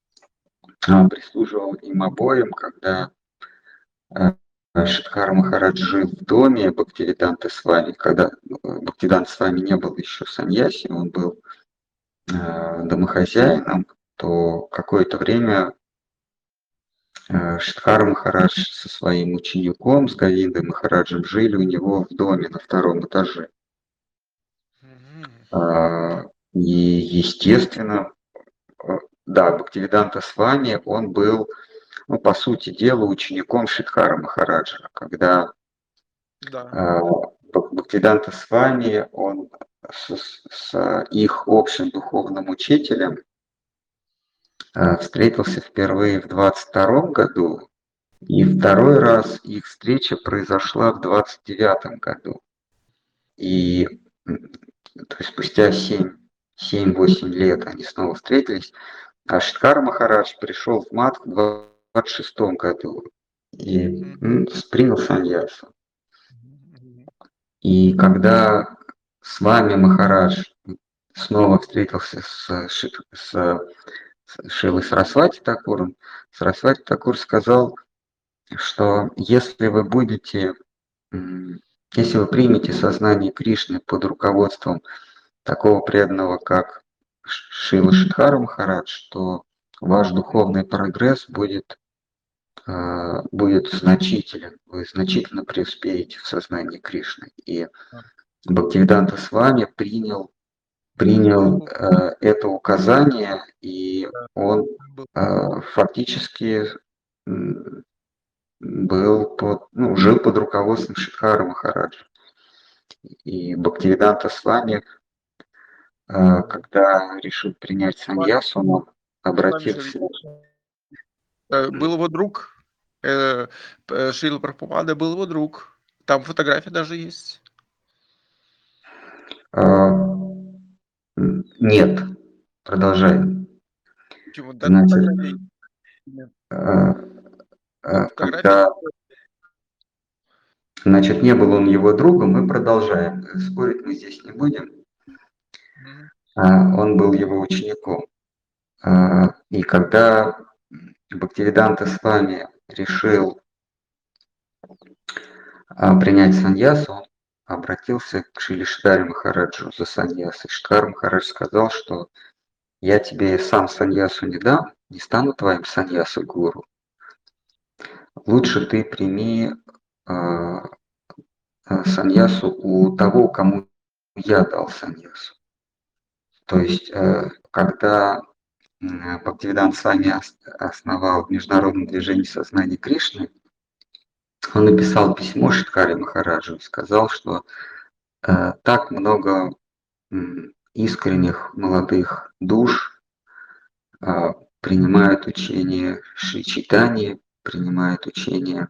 а, прислуживал им обоим, когда а, Шридхар Махарадж жил в доме Бхактивиданты Свами, когда э, Бхактивиданта Свами не был еще саньяси, он был э, домохозяином, то какое-то время э, Шридхар Махарадж со своим учеником, с Говиндой Махараджем, жили у него в доме на втором этаже. Мгм. А, И, естественно, э, да, Бхактивиданта Свами, он был, ну, по сути дела, учеником Шридхара Махараджа. Когда Да. э, Бх- Бхактивиданта Свами, он с, с их общим духовным учителем э, встретился впервые в двадцать втором году, и второй раз их встреча произошла в двадцать девятом году. И м, то есть спустя семь-восемь лет они снова встретились, а Шридхар Махарадж пришел в мат в двадцать шестом году и Мгм. м, принял саньясу. Мгм. И когда с вами Махарадж снова встретился с, Ши- с, с Шилой Сарасвати Такуром, Сарасвати Такур сказал, что если вы будете, м, если вы примете сознание Кришны под руководством такого преданного, как Ш- Шила Шидхара Махарадж, то ваш духовный прогресс будет, э, будет значителен. Вы значительно преуспеете в сознании Кришны. И Бхактивиданта с вами принял, принял э, это указание, и он Был. э, фактически м, был под, ну, жил под руководством Шидхара Махараджа. И Бхактивиданта с вами, э, когда решил принять саньясу, он обратился. Э, Был его друг. э, п- Шрила Прабхупада был его друг. Там фотография даже есть. э, м, Нет, продолжаем. Почему? Да, Значит, фотография есть. э, э, Фотографии. когда, значит, не был он его другом, мы продолжаем. Спорить мы здесь не будем. Мгм. А, Он был его учеником. А, И когда Бхактивиданта с вами решил а, принять саньясу, он обратился к Шриле Шридаре Махараджу за саньясой. Шридхар Махарадж сказал, что я тебе сам саньясу не дам, не стану твоим саньясу-гуру. Лучше ты прими а, а, саньясу у того, кому я дал саньясу. То есть, э, когда м, Бхактивиданта Свами ос- основал международное движение сознания Кришны, он написал письмо Шидхаре Махараджу и сказал, что э, так много м, искренних молодых душ а, принимают учение Шри Чайтаньи, принимают учение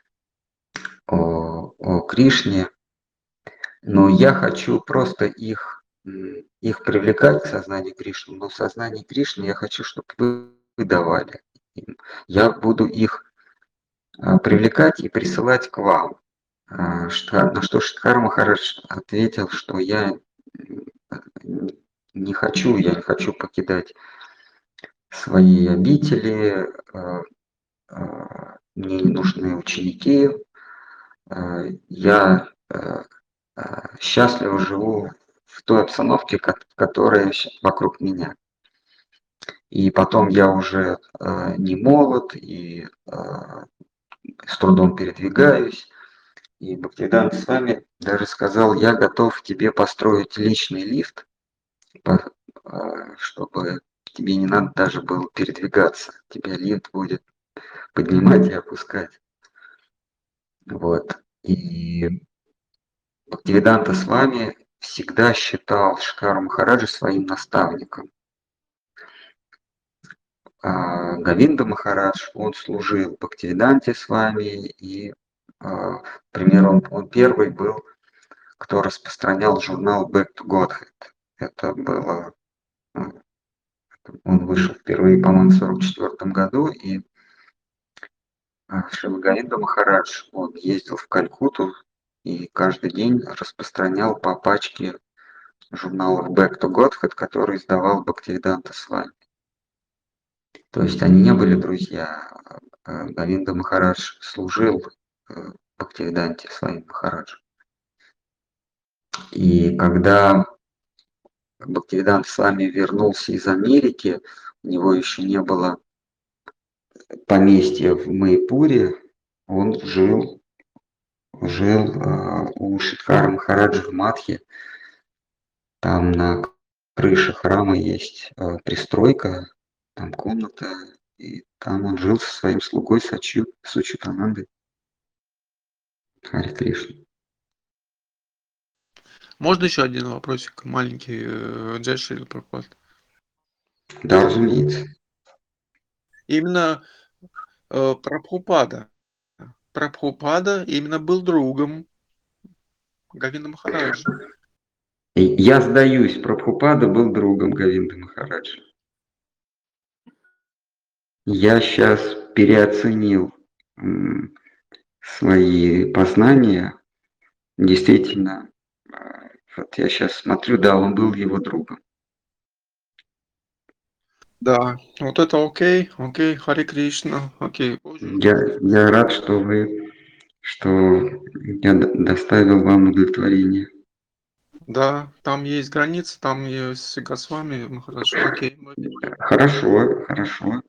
о, о Кришне, но я хочу просто их, м, их привлекать к сознанию Кришны, но в сознании Кришны я хочу, чтобы вы вы давали им. Я буду их а, привлекать и присылать к вам. А, Шта- На что Шидхар Махарадж ответил, что я м, не хочу, я не хочу покидать свои обители, а, а, мне не нужны ученики, а, я а, а, счастливо живу в той обстановке, ко- которая щ- вокруг меня. И потом я уже а, не молод и а, с трудом передвигаюсь. И Бхактивиданта с вами даже сказал, я готов тебе построить личный лифт, по- а, чтобы тебе не надо даже было передвигаться. Тебя лифт будет поднимать и опускать. Вот. И Бхактивиданта с вами всегда считал Шридхара Махараджа своим наставником. А Говинда Махарадж, он служил Бхактивиданте с вами, и, а, к примеру, он, он первый был, кто распространял журнал Back to Godhead. Это было, ну, он вышел впервые, по-моему, в сорок четвертом году, и а, Шрила Говинда Махарадж, он ездил в Калькутту и каждый день распространял по пачке журналов Back to Godhead, который издавал Бхактивиданта с вами. То есть они не были друзья. а Говинда Махарадж служил э, Бхактивиданте с вами Махараджу. И когда Бхактивиданта с вами вернулся из Америки, у него еще не было поместья в Майпуре, он жил, жил э, у Шидхара Махараджа в Мадхе. Там на крыше храма есть э, пристройка, там комната, и там он жил со своим слугой Сачью, Сучитанандой. Харе Кришна. Можно еще один вопросик маленький, э, Джай Шрила Прабхупад? Да, разумеется. Именно э, Прабхупада. Прабхупада именно был другом Говинда Махараджа. И я сдаюсь, Прабхупада был другом Говинды Махараджа. Я сейчас переоценил м, свои познания. Действительно, а, вот я сейчас смотрю, да, он был его другом. Да, вот это окей, окей, Харе Кришна, окей. Очень Я, хорошо. я рад, что вы, что я д- доставил вам удовлетворение. Да, там есть границы, там есть Госвами Махарадж. Окей, мы Хорошо, хорошо.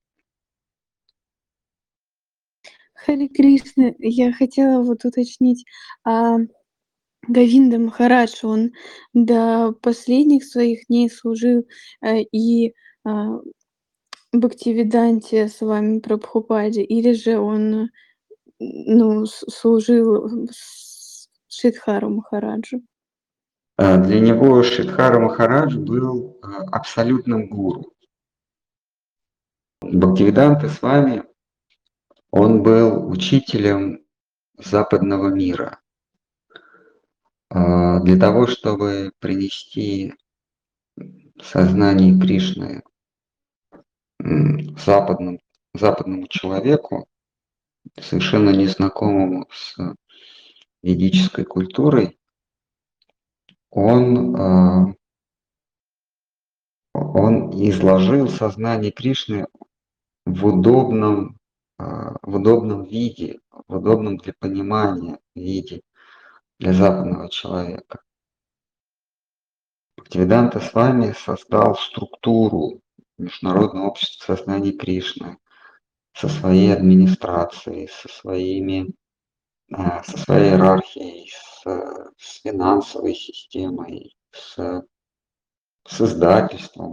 Харе Кришна, я хотела вот уточнить, а Говинда Махарадж, он до последних своих дней служил э, и а, Бхактивиданте с вами Прабхупаде, или же он, э, ну, с- служил с Шидхару Махараджу? А, Для него Шидхара Махарадж был а, абсолютным гуру. Бхактивиданта с вами, он был учителем западного мира. А, Для того, чтобы принести сознание Кришны м, в западном западному человеку, совершенно незнакомому с ведической культурой, он, э, он изложил сознание Кришны в удобном, э, в удобном виде, в удобном для понимания виде для западного человека. Бхактивиданта Свами создал структуру Международного общества сознания Кришны со своей администрацией, со своими, э, со своей иерархией, с, с финансовой системой, с, с издательством,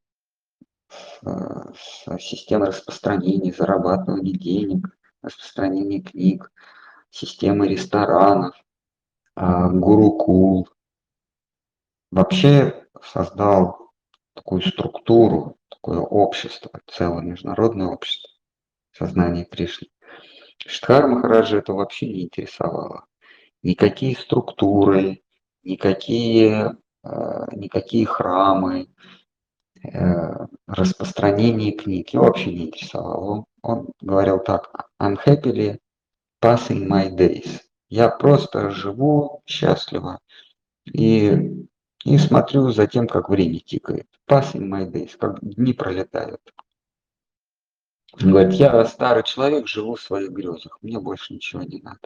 с, с системой распространения, зарабатывания денег, распространения книг, системой ресторанов, э, гурукул. Вообще создал такую структуру, такое общество, целое международное общество сознания Кришны. Шридхара Махараджа это вообще не интересовало. Никакие структуры, никакие, э, никакие храмы, э, распространение книг его вообще не интересовало. Он, он говорил так: I'm happily passing my days. Я просто живу счастливо и, и смотрю за тем, как время тикает. Passing my days, как дни пролетают. Он говорит: я старый человек, живу в своих грезах, мне больше ничего не надо.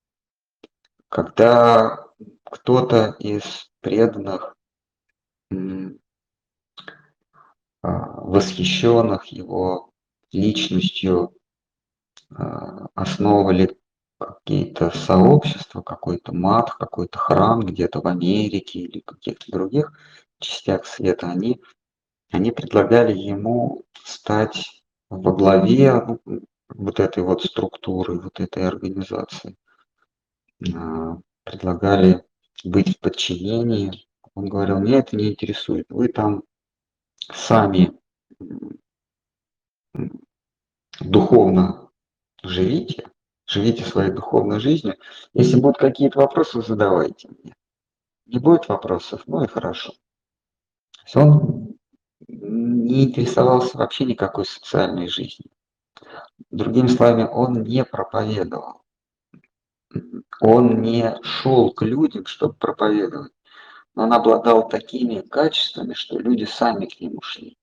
Когда кто-то из преданных, восхищенных его личностью, основывали какие-то сообщества, какой-то мат, какой-то храм где-то в Америке или в каких-то других частях света, они, они предлагали ему стать во главе вот этой вот структуры, вот этой организации. Предлагали быть в подчинении. Он говорил: меня это не интересует, вы там сами духовно живите, живите своей духовной жизнью. Если будут какие-то вопросы, задавайте мне. Не будет вопросов, ну и хорошо. То есть он не интересовался вообще никакой социальной жизнью. Другими словами, он не проповедовал. Он не шел к людям, чтобы проповедовать. Но он обладал такими качествами, что люди сами к нему шли.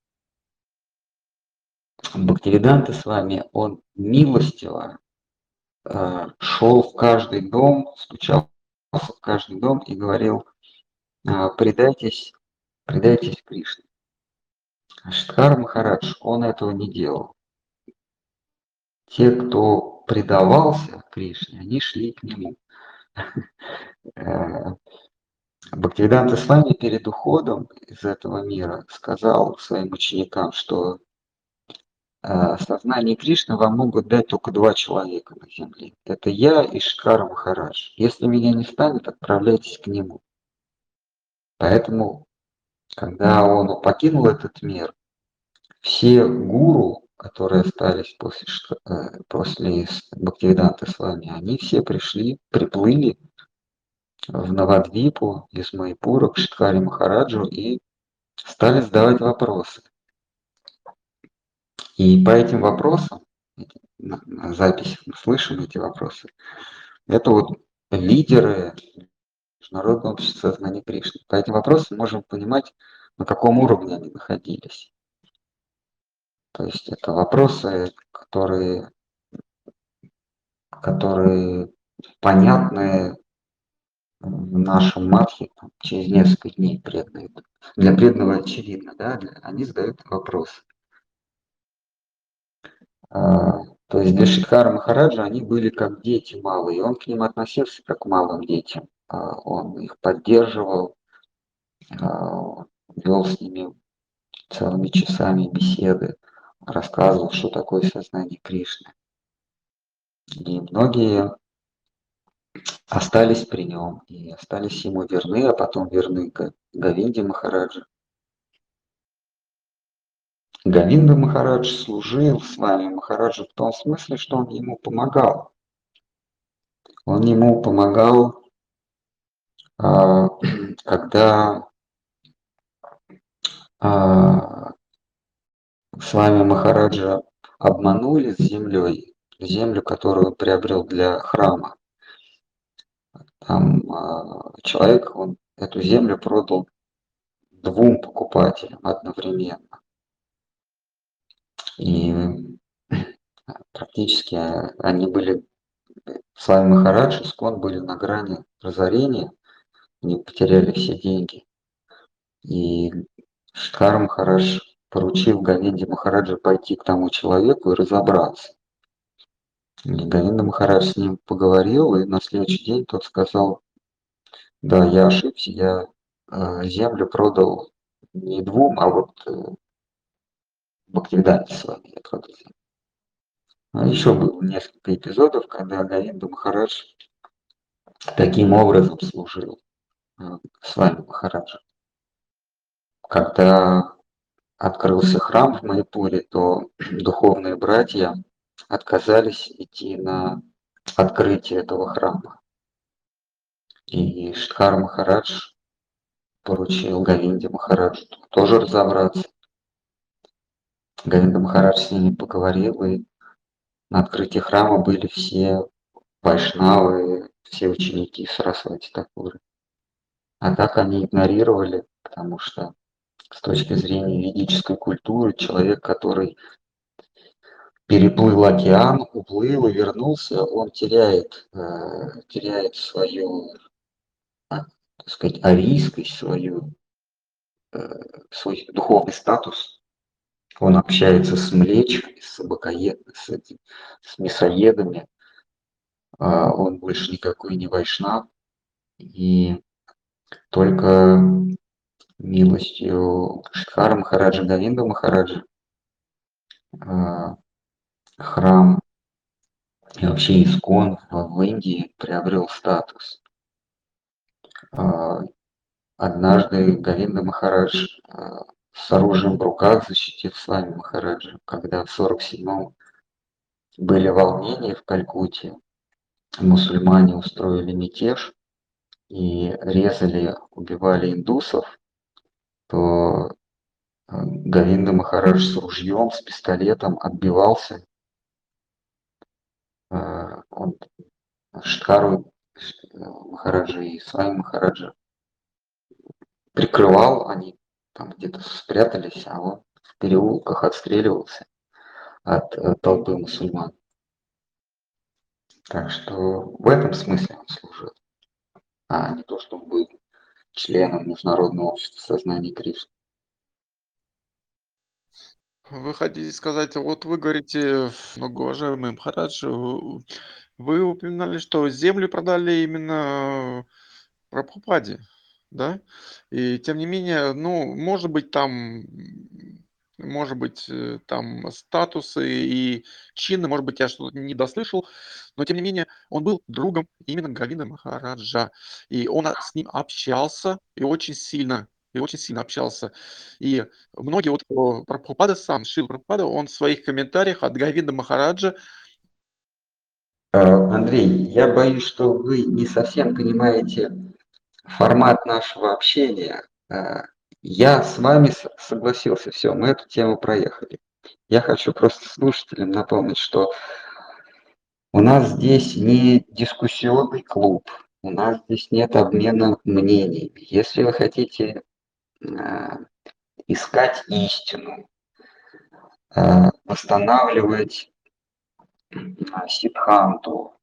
Бхактивиданта Свами, он милостиво э, шел в каждый дом, стучался в каждый дом и говорил: э, предайтесь, предайтесь Кришне. А Шридхара Махарадж, он этого не делал. Те, кто предавался Кришне, они шли к нему. Бхактивиданта Свами перед уходом из этого мира сказал своим ученикам, что сознание Кришны вам могут дать только два человека на земле. Это я и Шридхара Махарадж. Если меня не станет, отправляйтесь к нему. Поэтому, когда он покинул этот мир, все гуру, которые остались после, после Бхактивиданты Свами, они все пришли, приплыли в Навадвипу из Майпура к Шридхаре Махараджу и стали задавать вопросы. И по этим вопросам, на, на записях мы слышим эти вопросы, это вот лидеры Международного общества сознания Кришны. По этим вопросам можем понимать, на каком уровне они находились. То есть это вопросы, которые, которые понятны в нашем матхе там, через несколько дней преданные. Для преданного очевидно, да, для, они задают вопросы. А, то есть для Шридхара Махараджа они были как дети малые, и он к ним относился как к малым детям. А, он их поддерживал, а, вел с ними целыми часами беседы, рассказывал, что такое сознание Кришны. И многие остались при нем и остались ему верны, а потом верны Говинде Махараджа. Говинда Махарадж служил с вами Махараджу в том смысле, что он ему помогал. Он ему помогал, когда с вами Махараджа обманули с землей, землю, которую он приобрел для храма. Там э, человек, он эту землю продал двум покупателям одновременно. И практически они были, Свами Махарадж и Искон были на грани разорения, они потеряли все деньги. И Шидхара Махарадж поручил Говинде Махараджа пойти к тому человеку и разобраться. И Говинда Махарадж с ним поговорил, и на следующий день тот сказал: да, я ошибся, я э, землю продал не двум, а вот э, Бхактивиданте с вами я продал землю. А еще было несколько эпизодов, когда Говинда Махарадж таким образом служил э, Свами Махараджа. Когда открылся храм в Майпуре, то духовные братья отказались идти на открытие этого храма. И Шидхара Махарадж поручил Говинде Махараджу тоже разобраться. Говинда Махарадж с ними поговорил, и на открытии храма были все вайшнавы, все ученики Сарасвати Такуры. А так они игнорировали, потому что с точки зрения ведической культуры человек, который переплыл океан, уплыл и вернулся, он теряет, э, теряет свою, а, так сказать, арийскость, свою, э, свой духовный статус. Он общается с млечками, с собакоедами, с, этим, с мясоедами. А он больше никакой не вайшнав. И только милостью Шидхара Махараджа, Говинда Махараджа храм и вообще Искон в Индии приобрел статус. Однажды Говинда Махарадж с оружием в руках защитил Свами Махараджа, когда в сорок седьмом были волнения в Калькутте, мусульмане устроили мятеж и резали, убивали индусов, то Говинда Махарадж с ружьем, с пистолетом отбивался. Он Шидхару Махараджа и Свами Махараджа прикрывал, они там где-то спрятались, а он в переулках отстреливался от э, толпы мусульман. Так что в этом смысле он служил, а не то, что он был членом Международного общества сознания Кришны. Вы хотите сказать, вот вы говорите, многоуважаемый Махарадж, вы упоминали, что землю продали именно Прабхупаде, да? И тем не менее, ну, может быть, там, может быть, э, там статусы и чины, может быть, я что-то не дослышал, но тем не менее, он был другом именно Говинда Махараджа, и он а, с ним общался, и очень сильно, и очень сильно общался. И многие, вот о, Прабхупада сам, Шрила Прабхупада, он в своих комментариях от Говинда Махараджа. Андрей, я боюсь, что вы не совсем понимаете формат нашего общения. Я с вами согласился, все, мы эту тему проехали. Я хочу просто слушателям напомнить, что у нас здесь не дискуссионный клуб, у нас здесь нет обмена мнениями. Если вы хотите искать истину, восстанавливать сиддханту,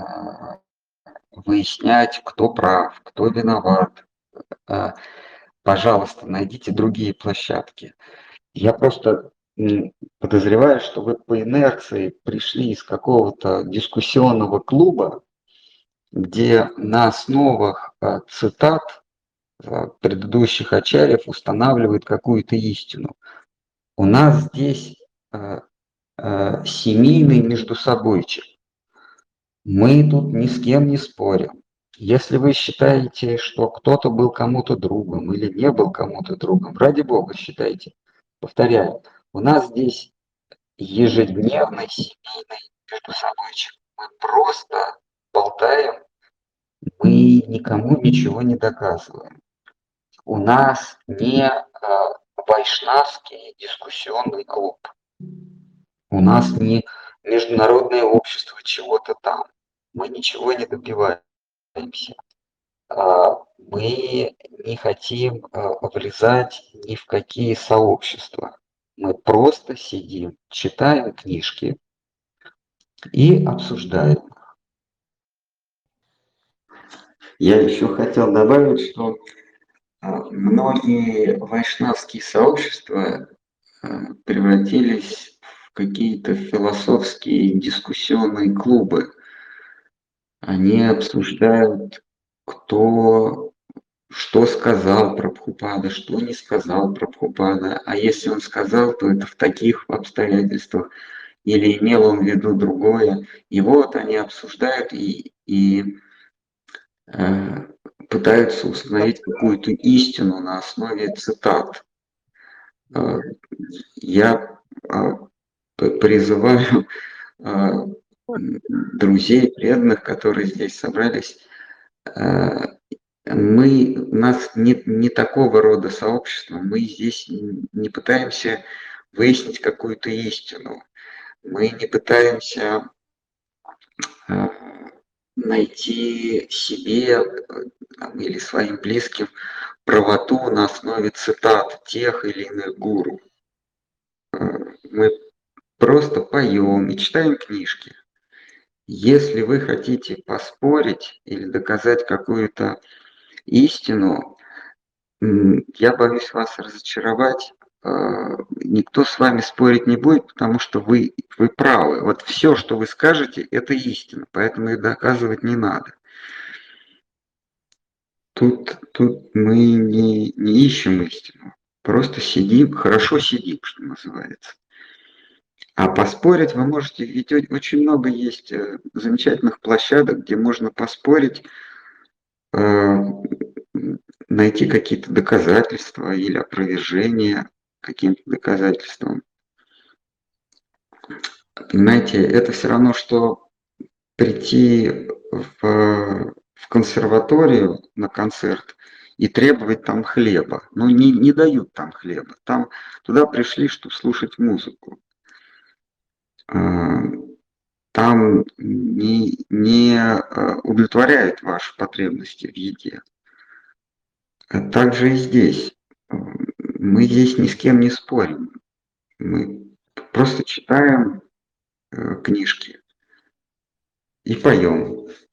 выяснять, кто прав, кто виноват, пожалуйста, найдите другие площадки. Я просто подозреваю, что вы по инерции пришли из какого-то дискуссионного клуба, где на основах цитат предыдущих ачарьев устанавливает какую-то истину. У нас здесь семейный междусобойчик. Мы тут ни с кем не спорим. Если вы считаете, что кто-то был кому-то другом или не был кому-то другом, ради бога считайте. Повторяю, у нас здесь ежедневный семейный междусобойчик. Мы просто болтаем, мы никому ничего не доказываем. У нас не э, вайшнавский дискуссионный клуб. У нас не международное общество чего-то там. Мы ничего не добиваемся. А, Мы не хотим а, влезать ни в какие сообщества. Мы просто сидим, читаем книжки и обсуждаем. Я еще хотел добавить, что а, многие вайшнавские сообщества а, превратились в какие-то философские дискуссионные клубы. Они обсуждают, кто что сказал Прабхупада, что не сказал Прабхупада. А если он сказал, то это в таких обстоятельствах, или имел он в виду другое. И вот они обсуждают и, и э, пытаются установить какую-то истину на основе цитат. Э, я э, призываю э, друзей, преданных, которые здесь собрались, э, мы, у нас не, не такого рода сообщество, мы здесь не пытаемся выяснить какую-то истину, мы не пытаемся э, найти себе э, или своим близким правоту на основе цитат тех или иных гуру. Э, мы просто поем и читаем книжки. Если вы хотите поспорить или доказать какую-то истину, я боюсь вас разочаровать. Никто с вами спорить не будет, потому что вы, вы правы. Вот все, что вы скажете, это истина, поэтому и доказывать не надо. Тут, тут мы не, не ищем истину, просто сидим, хорошо сидим, что называется. А поспорить вы можете, ведь очень много есть замечательных площадок, где можно поспорить, найти какие-то доказательства или опровержения каким-то доказательствам. Понимаете, это все равно, что прийти в, в консерваторию на концерт и требовать там хлеба. Ну, не, не дают там хлеба. Там туда пришли, чтобы слушать музыку. Там не, не удовлетворяют ваши потребности в еде. Так же и здесь. Мы здесь ни с кем не спорим. Мы просто читаем э, книжки и поем.